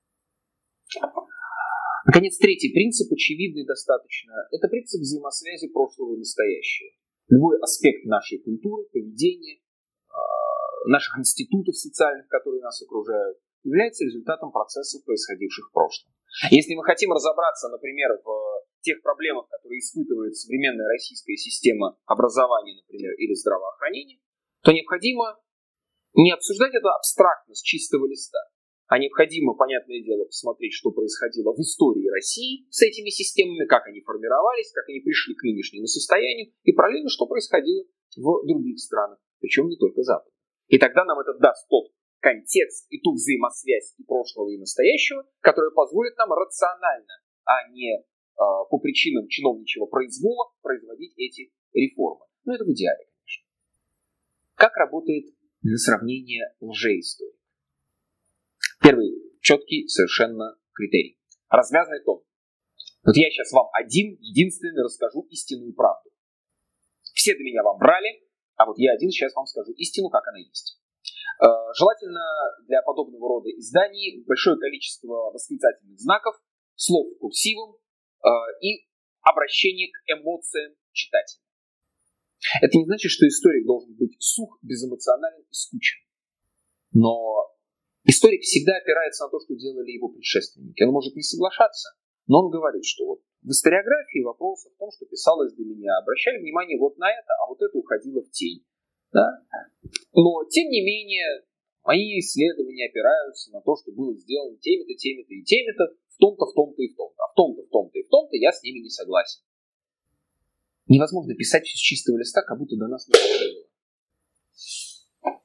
Наконец, третий принцип, очевидный достаточно, это принцип взаимосвязи прошлого и настоящего. Любой аспект нашей культуры, поведения, наших институтов социальных, которые нас окружают, является результатом процессов, происходивших в прошлом. Если мы хотим разобраться, например, в тех проблемах, которые испытывает современная российская система образования, например, или здравоохранения, то необходимо не обсуждать это абстрактно, с чистого листа, а необходимо, понятное дело, посмотреть, что происходило в истории России с этими системами, как они формировались, как они пришли к нынешнему состоянию, и параллельно, что происходило в других странах, причем не только Запада. И тогда нам это даст тот контекст и ту взаимосвязь и прошлого, и настоящего, которая позволит нам рационально, а не по причинам чиновничьего произвола производить эти реформы. Но это в идеале, конечно. Как работает для сравнения лжеисторик? Первый четкий совершенно критерий. Развязный тон. Вот я сейчас вам единственный расскажу истинную правду. Все до меня вам брали, А вот я один сейчас вам скажу истину, как она есть. Желательно для подобного рода изданий большое количество восклицательных знаков, слов курсивом и обращение к эмоциям читателя. Это не значит, что историк должен быть сух, безэмоционален и скучен. Но историк всегда опирается на то, что делали его предшественники. Он может не соглашаться, но он говорит, что вот в историографии вопрос в том, что писалось для меня, обращали внимание вот на это, а вот это уходило в тень. Да? Но, тем не менее, мои исследования опираются на то, что было сделано теми-то, теми-то и теми-то, в том-то, в том-то и в том-то. А в том-то, в том-то и в том-то я с ними не согласен. Невозможно писать с чистого листа, как будто до нас не дошло.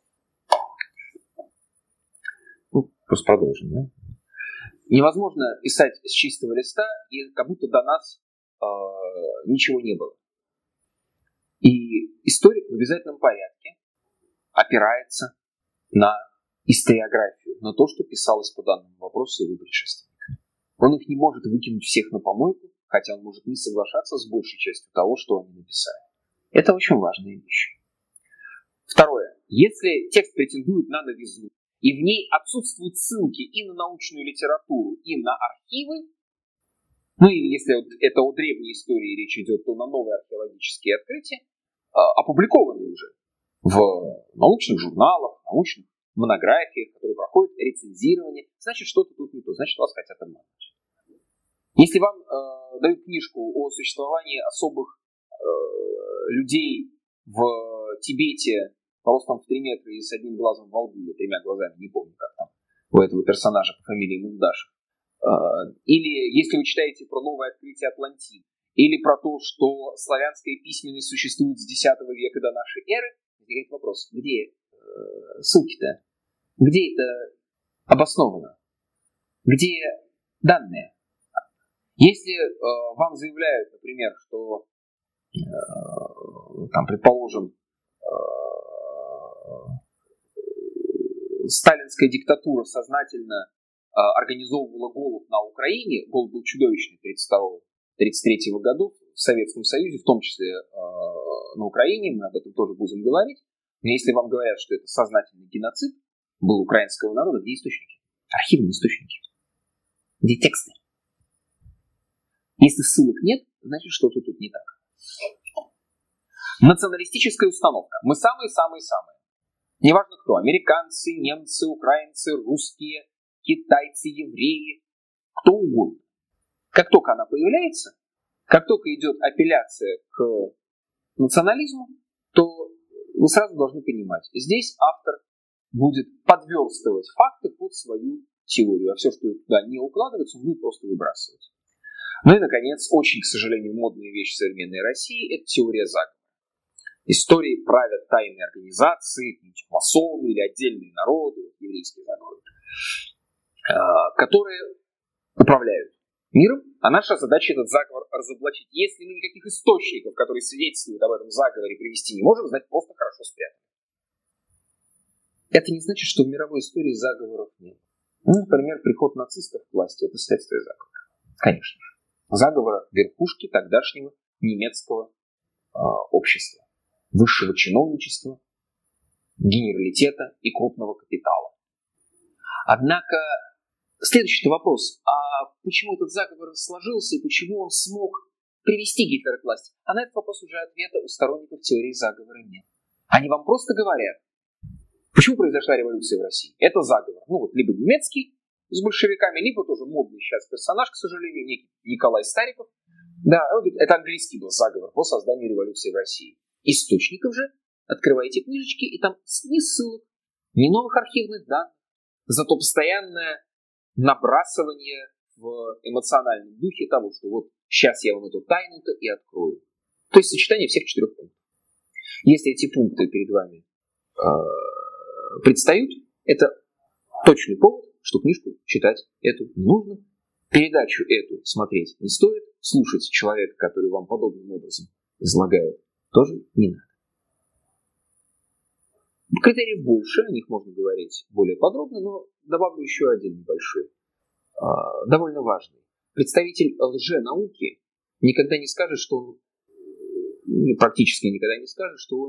Ну, просто продолжим, да? Невозможно писать с чистого листа, и как будто до нас ничего не было. И историк в обязательном порядке опирается на историографию, на то, что писалось по данному вопросу его предшественниками. Он их не может выкинуть всех на помойку, хотя он может не соглашаться с большей частью того, что они написали. Это очень важная вещь. Второе. Если текст претендует на новизну, и в ней отсутствуют ссылки и на научную литературу, и на архивы, ну или если это о древней истории речь идет, то на новые археологические открытия, опубликованные уже в научных журналах, научных монографиях, которые проходят рецензирование, значит, что-то тут не то, значит, вас хотят обмануть. Если вам дают книжку о существовании особых людей в Тибете ростом в 3 метра и с одним глазом во лбу, или 3 глазами, не помню, как там у этого персонажа по фамилии Мулдашев, или если вы читаете про новое открытие Атлантиды, или про то, что славянская письменность существует с X века до нашей эры, возникает вопрос, где ссылки-то? Где это обосновано? Где данные? Если вам заявляют, например, что, там, предположим, сталинская диктатура сознательно организовывала голод на Украине, голод был чудовищный 1932-1933 годов в Советском Союзе, в том числе на Украине, мы об этом тоже будем говорить. Но если вам говорят, что это сознательный геноцид был украинского народа, где источники? Архивные источники. Где тексты? Если ссылок нет, значит, что-то тут не так. Националистическая установка. Мы самые-самые-самые. Неважно кто. Американцы, немцы, украинцы, русские, китайцы, евреи. Кто угодно. Как только она появляется, как только идет апелляция к национализму, то вы сразу должны понимать, здесь автор будет подверстывать факты под свою теорию. А все, что туда не укладывается, он будет просто выбрасывать. Ну и, наконец, очень, к сожалению, модная вещь в современной России – это теория заговора. Истории правят тайные организации, масоны или отдельные народы, еврейские заговоры, которые управляют миром, а наша задача этот заговор разоблачить. Если мы никаких источников, которые свидетельствуют об этом заговоре, привести не можем, значит, просто хорошо спрятаны. Это не значит, что в мировой истории заговоров нет. Ну, например, приход нацистов к власти – это следствие заговора. Конечно же. Заговора верхушки тогдашнего немецкого общества, высшего чиновничества, генералитета и крупного капитала. Однако следующий вопрос. А почему этот заговор сложился и почему он смог привести Гитлера к власти? А на этот вопрос уже ответа у сторонников теории заговора нет. Они вам просто говорят, почему произошла революция в России? Это заговор. Ну вот либо немецкий с большевиками, либо тоже модный сейчас персонаж, к сожалению, некий Николай Стариков. Да, это английский был заговор по созданию революции в России. Источников же открываете книжечки, и там ни ссылок, ни новых архивных данных. Зато постоянное набрасывание в эмоциональном духе того, что вот сейчас я вам эту тайну-то и открою. То есть сочетание всех 4 пунктов. Если эти пункты перед вами предстают, это точный повод, что книжку читать эту не нужно, передачу эту смотреть не стоит, слушать человека, который вам подобным образом излагает, тоже не надо. Критериев больше, о них можно говорить более подробно, но добавлю еще один небольшой, довольно важный. Представитель лженауки никогда не скажет, что он, практически никогда не скажет, что он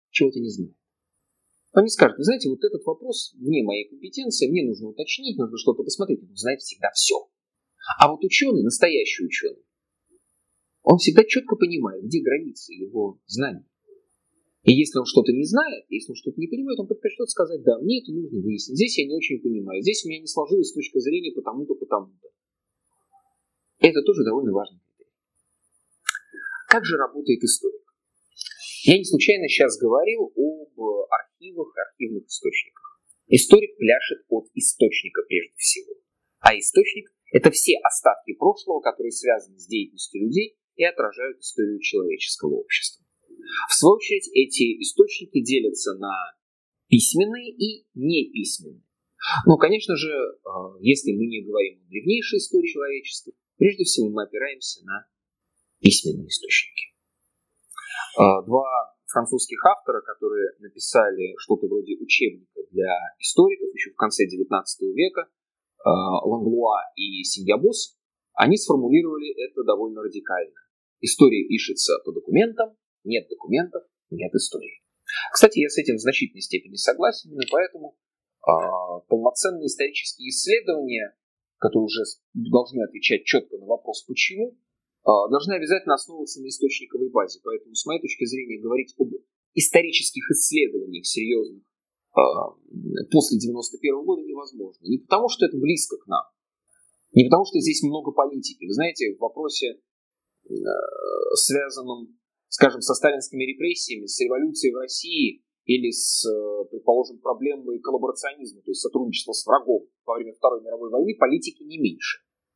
чего-то не знает. Он не скажет: вы знаете, вот этот вопрос вне моей компетенции, мне нужно уточнить, нужно что-то посмотреть. Он знает всегда все. А вот ученый, настоящий ученый, он всегда четко понимает, где границы его знаний. И если он что-то не знает, если он что-то не понимает, он предпочтет сказать: да, мне это нужно выяснить, здесь я не очень понимаю, здесь у меня не сложилось с точки зрения потому-то, потому-то. Это тоже довольно важный критерий. Как же работает историк? Я не случайно сейчас говорил об архивах, архивных источниках. Историк пляшет от источника прежде всего. А источник – это все остатки прошлого, которые связаны с деятельностью людей и отражают историю человеческого общества. В свою очередь, эти источники делятся на письменные и неписьменные. Но, конечно же, если мы не говорим о древнейшей истории человечества, прежде всего мы опираемся на письменные источники. Два французских автора, которые написали что-то вроде учебника для историков еще в конце XIX века, Ланглуа и Синьябос, они сформулировали это довольно радикально. История пишется по документам, нет документов, нет истории. Кстати, я с этим в значительной степени согласен, именно поэтому полноценные исторические исследования, которые уже должны отвечать четко на вопрос «почему?», должны обязательно основываться на источниковой базе. Поэтому, с моей точки зрения, говорить об исторических исследованиях серьезных после 91 года невозможно. Не потому, что это близко к нам, не потому, что здесь много политики. Вы знаете, в вопросе, связанном, скажем, со сталинскими репрессиями, с революцией в России или с, предположим, проблемой коллаборационизма, то есть сотрудничества с врагом во время Второй мировой войны, политики не меньше.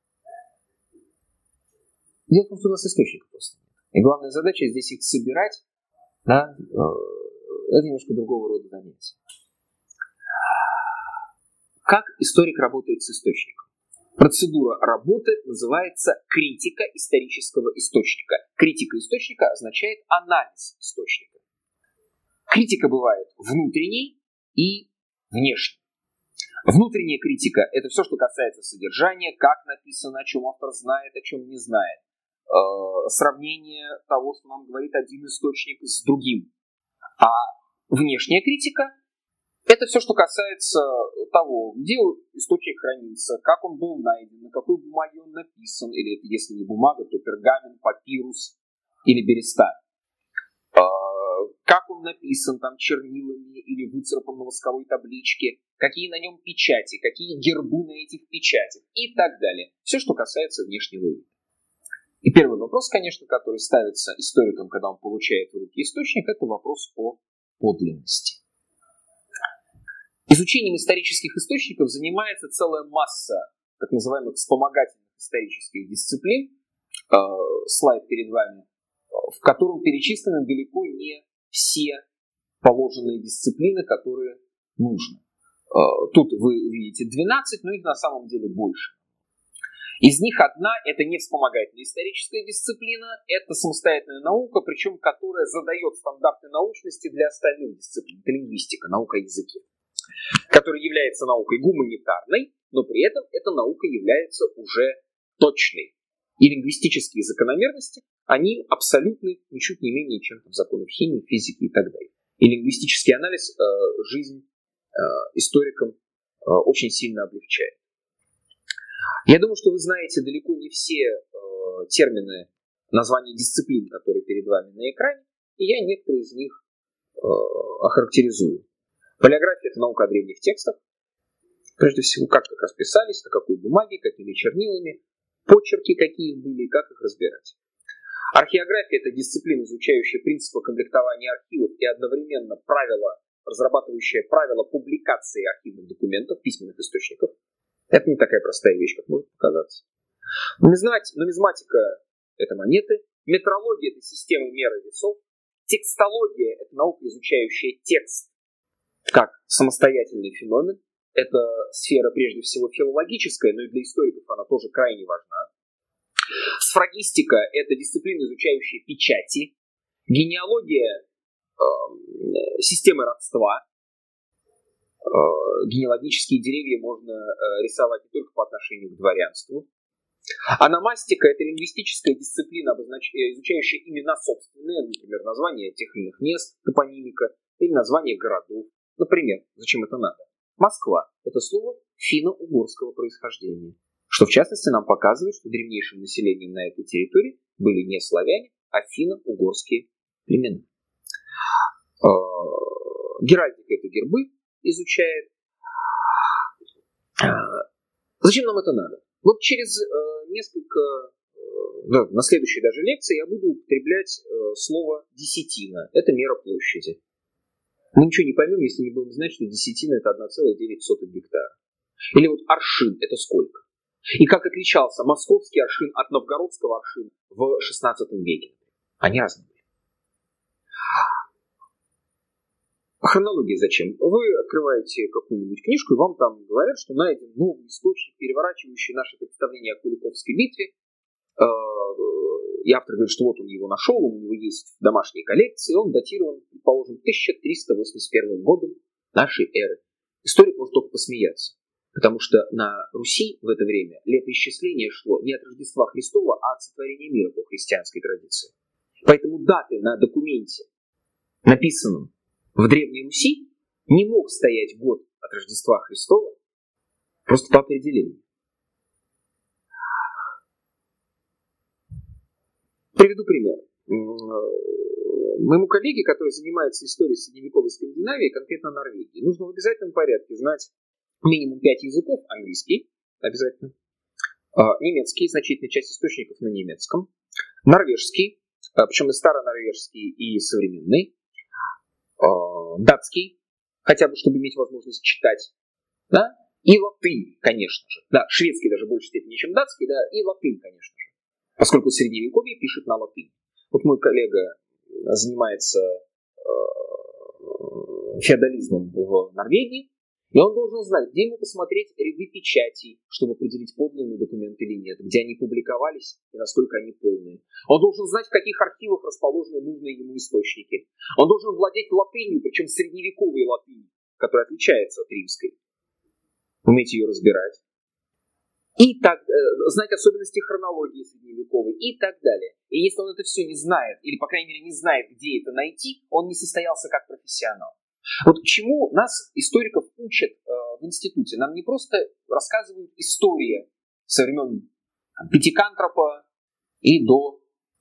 Дело в том, что у нас источников просто нет. И главная задача здесь их собирать, да, это немножко другого рода занятие. Как историк работает с источником? Процедура работы называется критика исторического источника. Критика источника означает анализ источника. Критика бывает внутренней и внешней. Внутренняя критика – это все, что касается содержания, как написано, о чем автор знает, о чем не знает. Сравнение того, что нам говорит один источник с другим. А внешняя критика – это все, что касается того, где источник хранится, как он был найден, на какой бумаге он написан, или если не бумага, то пергамент, папирус или береста. Как он написан там чернилами или выцарапан на восковой табличке, какие на нем печати, какие гербы на этих печатях и так далее. Все, что касается внешнего вида. И первый вопрос, конечно, который ставится историком, когда он получает в руки источник, это вопрос о подлинности. Изучением исторических источников занимается целая масса так называемых вспомогательных исторических дисциплин. Слайд перед вами, в котором перечислены далеко не все положенные дисциплины, которые нужно. Тут вы увидите 12, но их на самом деле больше. Из них одна – это не вспомогательная историческая дисциплина, это самостоятельная наука, причем которая задает стандарты научности для остальных дисциплин. Это лингвистика, наука о языке, которая является наукой гуманитарной, но при этом эта наука является уже точной. И лингвистические закономерности, они абсолютны, ничуть не менее, чем законы химии, физики и так далее. И лингвистический анализ жизнь историкам очень сильно облегчает. Я думаю, что вы знаете далеко не все термины, названия дисциплин, которые перед вами на экране, и я некоторые из них охарактеризую. Палеография – это наука о древних текстах. Прежде всего, как расписались, на какой бумаге, какими чернилами, почерки какие были и как их разбирать. Археография – это дисциплина, изучающая принципы комплектования архивов и одновременно разрабатывающая правила публикации архивных документов, письменных источников. Это не такая простая вещь, как может показаться. Нумизматика – это монеты. Метрология – это система меры весов. Текстология – это наука, изучающая текст как самостоятельный феномен. Это сфера, прежде всего, филологическая, но и для историков она тоже крайне важна. Сфрагистика – это дисциплина, изучающая печати. Генеалогия – системы родства. Генеалогические деревья можно рисовать не только по отношению к дворянству. Ономастика – это лингвистическая дисциплина, изучающая имена собственные, например, названия тех или иных мест, топонимика, или названия городов. Например, зачем это надо? Москва – это слово финно-угорского происхождения, что в частности нам показывает, что древнейшим населением на этой территории были не славяне, а финно-угорские племена. Геральдика – это гербы изучает. Зачем нам это надо? Вот через на следующей даже лекции я буду употреблять слово десятина. Это мера площади. Мы ничего не поймем, если не будем знать, что десятина – это 1,9 гектара. Или вот аршин – это сколько? И как отличался московский аршин от новгородского аршина в XVI веке? Они разные были. Хронология зачем? Вы открываете какую-нибудь книжку, и вам там говорят, что найден новый источник, переворачивающий наше представление о Куликовской битве. И автор говорит, что вот он его нашел, у него есть в домашней коллекции, он датирован, предположим, 1381 годом нашей эры. Историк может только посмеяться, потому что на Руси в это время летоисчисление шло не от Рождества Христова, а от сотворения мира по христианской традиции. Поэтому даты на документе, написанном в Древней Руси, не мог стоять год от Рождества Христова просто по определению. Приведу пример. Моему коллеге, который занимается историей средневековой Скандинавии, конкретно Норвегии, нужно в обязательном порядке знать минимум 5 языков. Английский обязательно, немецкий, значительная часть источников на немецком, норвежский, причем и старонорвежский, и современный, датский, хотя бы чтобы иметь возможность читать, да? И латынь, конечно же. Да, шведский даже в большей степени, чем датский, да, и латынь, конечно же. Поскольку Средневековье пишет на латыни. Вот мой коллега занимается феодализмом в Норвегии, и он должен знать, где ему посмотреть ряды печатей, чтобы определить, подлинные документы или нет, где они публиковались и насколько они полные. Он должен знать, в каких архивах расположены нужные ему источники. Он должен владеть латынью, причем средневековой латынью, которая отличается от римской. Уметь ее разбирать. И так, знать особенности хронологии средневековой и так далее. И если он это все не знает, или, по крайней мере, не знает, где это найти, он не состоялся как профессионал. Вот чему нас, историков, учат в институте. Нам не просто рассказывают истории со времен Пятикантропа и до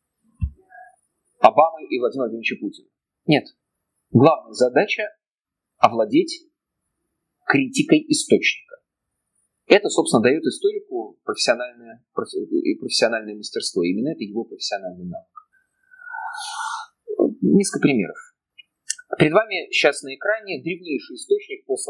Обамы и Владимира Владимировича Путина. Нет. Главная задача – овладеть критикой источника. Это, собственно, дает историку профессиональное мастерство. Именно это его профессиональный навык. Несколько примеров. Перед вами сейчас на экране древнейший источник по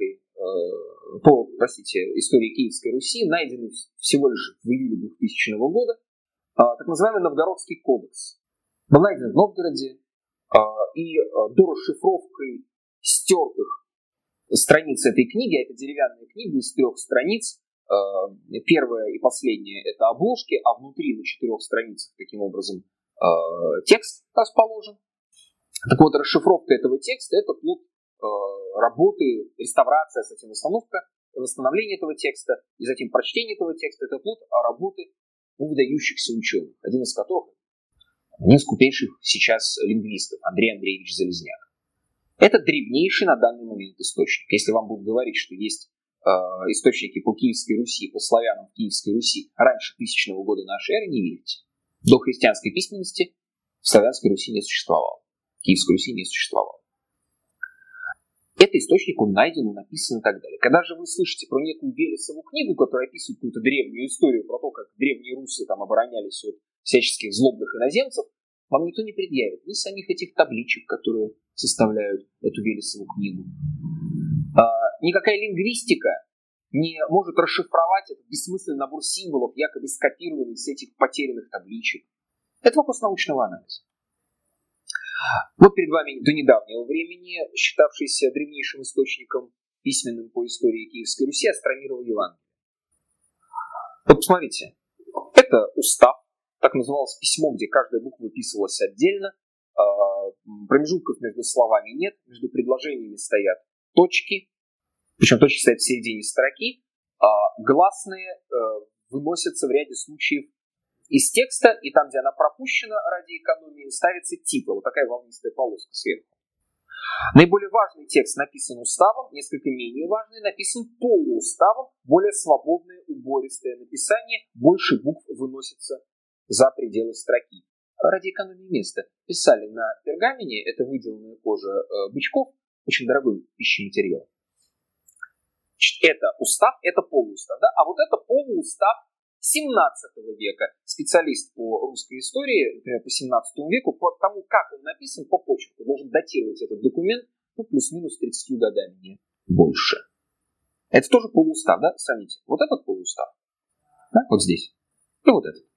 истории Киевской Руси, найденный всего лишь в июле 2000 года, так называемый Новгородский кодекс. Был найден в Новгороде, и до расшифровкой стертых страниц этой книги, это деревянная книга из 3 страниц, первая и последняя это обложки, а внутри на 4 страницах таким образом текст расположен. Так вот, расшифровка этого текста – это плод работы, реставрация, затем восстановление этого текста, и затем прочтение этого текста – это плод работы выдающихся ученых, один из которых один из крупнейших сейчас лингвистов, Андрей Андреевич Залезняк. Это древнейший на данный момент источник. Если вам будут говорить, что есть источники по Киевской Руси, по славянам в Киевской Руси раньше 1000 года нашей эры, не верьте. До христианской письменности в славянской Руси не существовало. В Киевской Руси не существовало. Это источник, он найден, он написан и так далее. Когда же вы слышите про некую Велесову книгу, которая описывает какую-то древнюю историю про то, как древние русы там оборонялись от всяческих злобных иноземцев, вам никто не предъявит ни самих этих табличек, которые составляют эту Велесову книгу. Никакая лингвистика не может расшифровать этот бессмысленный набор символов, якобы скопированный с этих потерянных табличек. Это вопрос научного анализа. Вот перед вами до недавнего времени считавшийся древнейшим источником письменным по истории Киевской Руси Остромирово Евангелие. Вот посмотрите, это устав, так называлось письмо, где каждая буква выписывалась отдельно, промежутков между словами нет, между предложениями стоят точки, причем точки стоят в середине строки, гласные выносятся в ряде случаев из текста, и там, где она пропущена ради экономии, ставится титул, вот такая волнистая полоска сверху. Наиболее важный текст написан уставом, несколько менее важный написан полууставом, более свободное, убористое написание, больше букв выносится за пределы строки. Ради экономии места писали на пергамене, это выделанная кожа бычков, очень дорогой пищематериал. Это устав, это полуустав. Да? А вот это полуустав 17 века. Специалист по русской истории, например, по 17 веку, по тому, как он написан, по почерку, должен датировать этот документ плюс-минус 30 годами, не больше. Это тоже полуустав, да? Сравните. Вот этот полуустав, да? Вот здесь. И вот этот.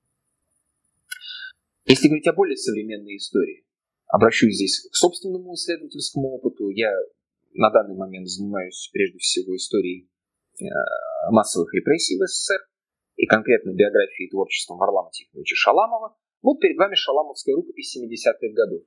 Если говорить о более современной истории, обращусь здесь к собственному исследовательскому опыту. Я на данный момент занимаюсь прежде всего историей массовых репрессий в СССР и конкретно биографией и творчеством Варлама Тихоновича Шаламова. Вот перед вами шаламовская рукопись 70-х годов.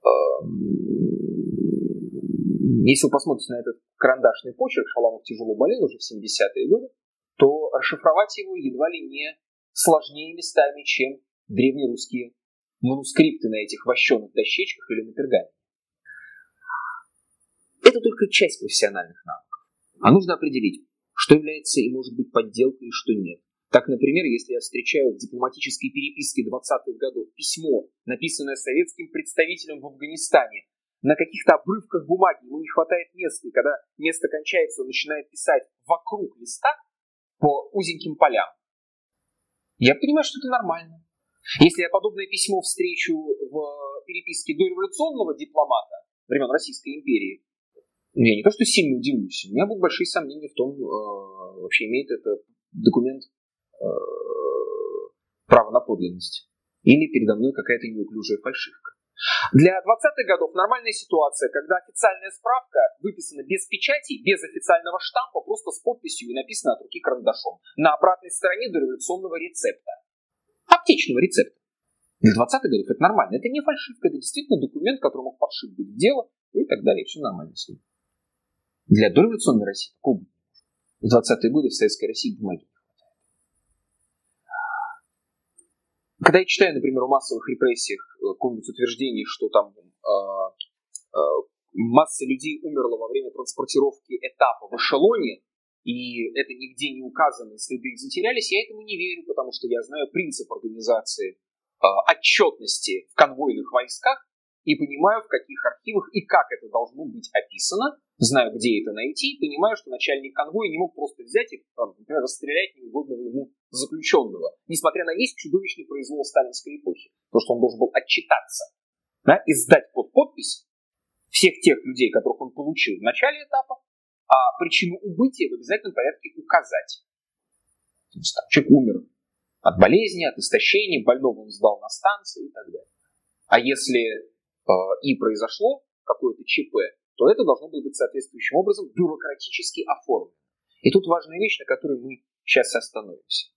Если вы посмотрите на этот карандашный почерк, Шаламов тяжело болел уже в 70-е годы, то расшифровать его едва ли не сложнее местами, чем древнерусские манускрипты на этих вощеных дощечках или на пергаменте. Это только часть профессиональных навыков. А нужно определить, что является и может быть подделкой и что нет. Так, например, если я встречаю в дипломатической переписке 20-х годов письмо, написанное советским представителем в Афганистане, на каких-то обрывках бумаги, ему не хватает места, и когда место кончается, он начинает писать вокруг листа по узеньким полям, я понимаю, что это нормально. Если я подобное письмо встречу в переписке дореволюционного дипломата времен Российской империи, я не то что сильно удивлюсь, у меня будут большие сомнения в том, вообще имеет этот документ право на подлинность. Или передо мной какая-то неуклюжая фальшивка. Для 20-х годов нормальная ситуация, когда официальная справка выписана без печати, без официального штампа, просто с подписью и написана от руки карандашом. На обратной стороне дореволюционного рецепта. Аптечного рецепта. Для 20-х годов это нормально. Это не фальшивка, это действительно документ, который мог подшить быть в дело и так далее. Все нормально с ним. Для дореволюционной России такого быть не может. В 20-е годы в Советской России бумаги не хватает. Когда я читаю, например, о массовых репрессиях какое-нибудь утверждение, что там масса людей умерла во время транспортировки этапа в эшелоне, и это нигде не указано, и следы их затерялись, я этому не верю, потому что я знаю принцип организации отчетности в конвойных войсках и понимаю, в каких архивах и как это должно быть описано, знаю, где это найти, понимаю, что начальник конвоя не мог просто взять и, например, расстрелять неугодного ему заключенного, несмотря на весь чудовищный произвол сталинской эпохи, потому что он должен был отчитаться, да, и сдать под подпись всех тех людей, которых он получил в начале этапа, а причину убытия в обязательном порядке указать. То есть, человек умер от болезни, от истощения, больного он сдал на станции и так далее. А если и произошло какое-то ЧП, то это должно было быть соответствующим образом бюрократически оформлено. И тут важная вещь, на которой мы сейчас остановимся.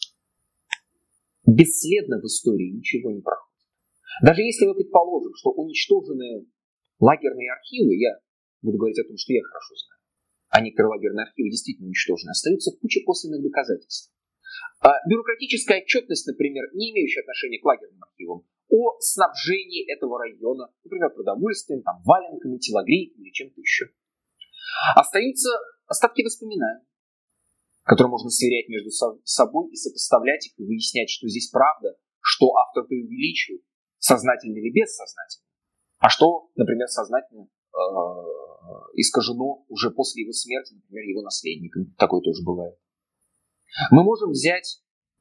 Бесследно в истории ничего не проходит. Даже если мы предположим, что уничтоженные лагерные архивы, я буду говорить о том, что я хорошо знаю, а некоторые лагерные архивы действительно уничтожены, остаются куча косвенных доказательств. Бюрократическая отчетность, например, не имеющая отношения к лагерным архивам, о снабжении этого района, например, продовольствием, там, валенками, телогрейками или чем-то еще. Остаются остатки воспоминаний, которые можно сверять между собой и сопоставлять их, и выяснять, что здесь правда, что автор преувеличил, сознательно или бессознательно, а что, например, сознательно искажено уже после его смерти, например, его наследниками. Такое тоже бывает. Мы можем взять,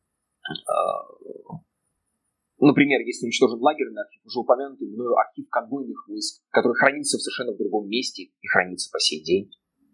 например, если уничтожен лагерный архив, уже упомянутый мною архив конвойных войск, который хранится совершенно в другом месте и хранится по сей день.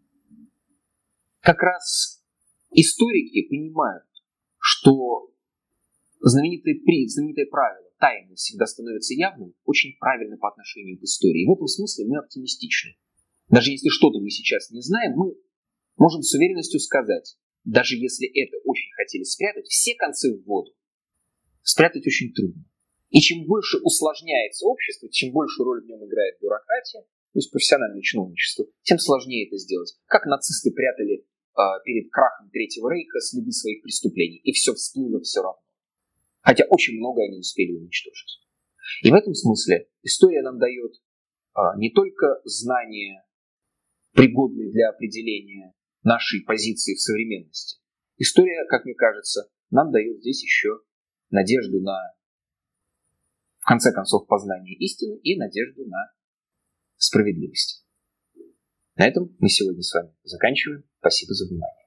Как раз историки понимают, что знаменитое правило «тайное всегда становится явным» очень правильно по отношению к истории. И в этом смысле мы оптимистичны. Даже если что-то мы сейчас не знаем, мы можем с уверенностью сказать, даже если это очень хотели спрятать, все концы в воду спрятать очень трудно. И чем больше усложняется общество, чем больше роль в нем играет бюрократия, то есть профессиональное чиновничество, тем сложнее это сделать. Как нацисты прятали перед крахом Третьего Рейха следы своих преступлений, и все всплыло все равно. Хотя очень многое они успели уничтожить. И в этом смысле история нам дает не только знания, пригодные для определения нашей позиции в современности. История, как мне кажется, нам дает здесь еще надежду на, в конце концов, познание истины и надежду на справедливость. На этом мы сегодня с вами заканчиваем. Спасибо за внимание.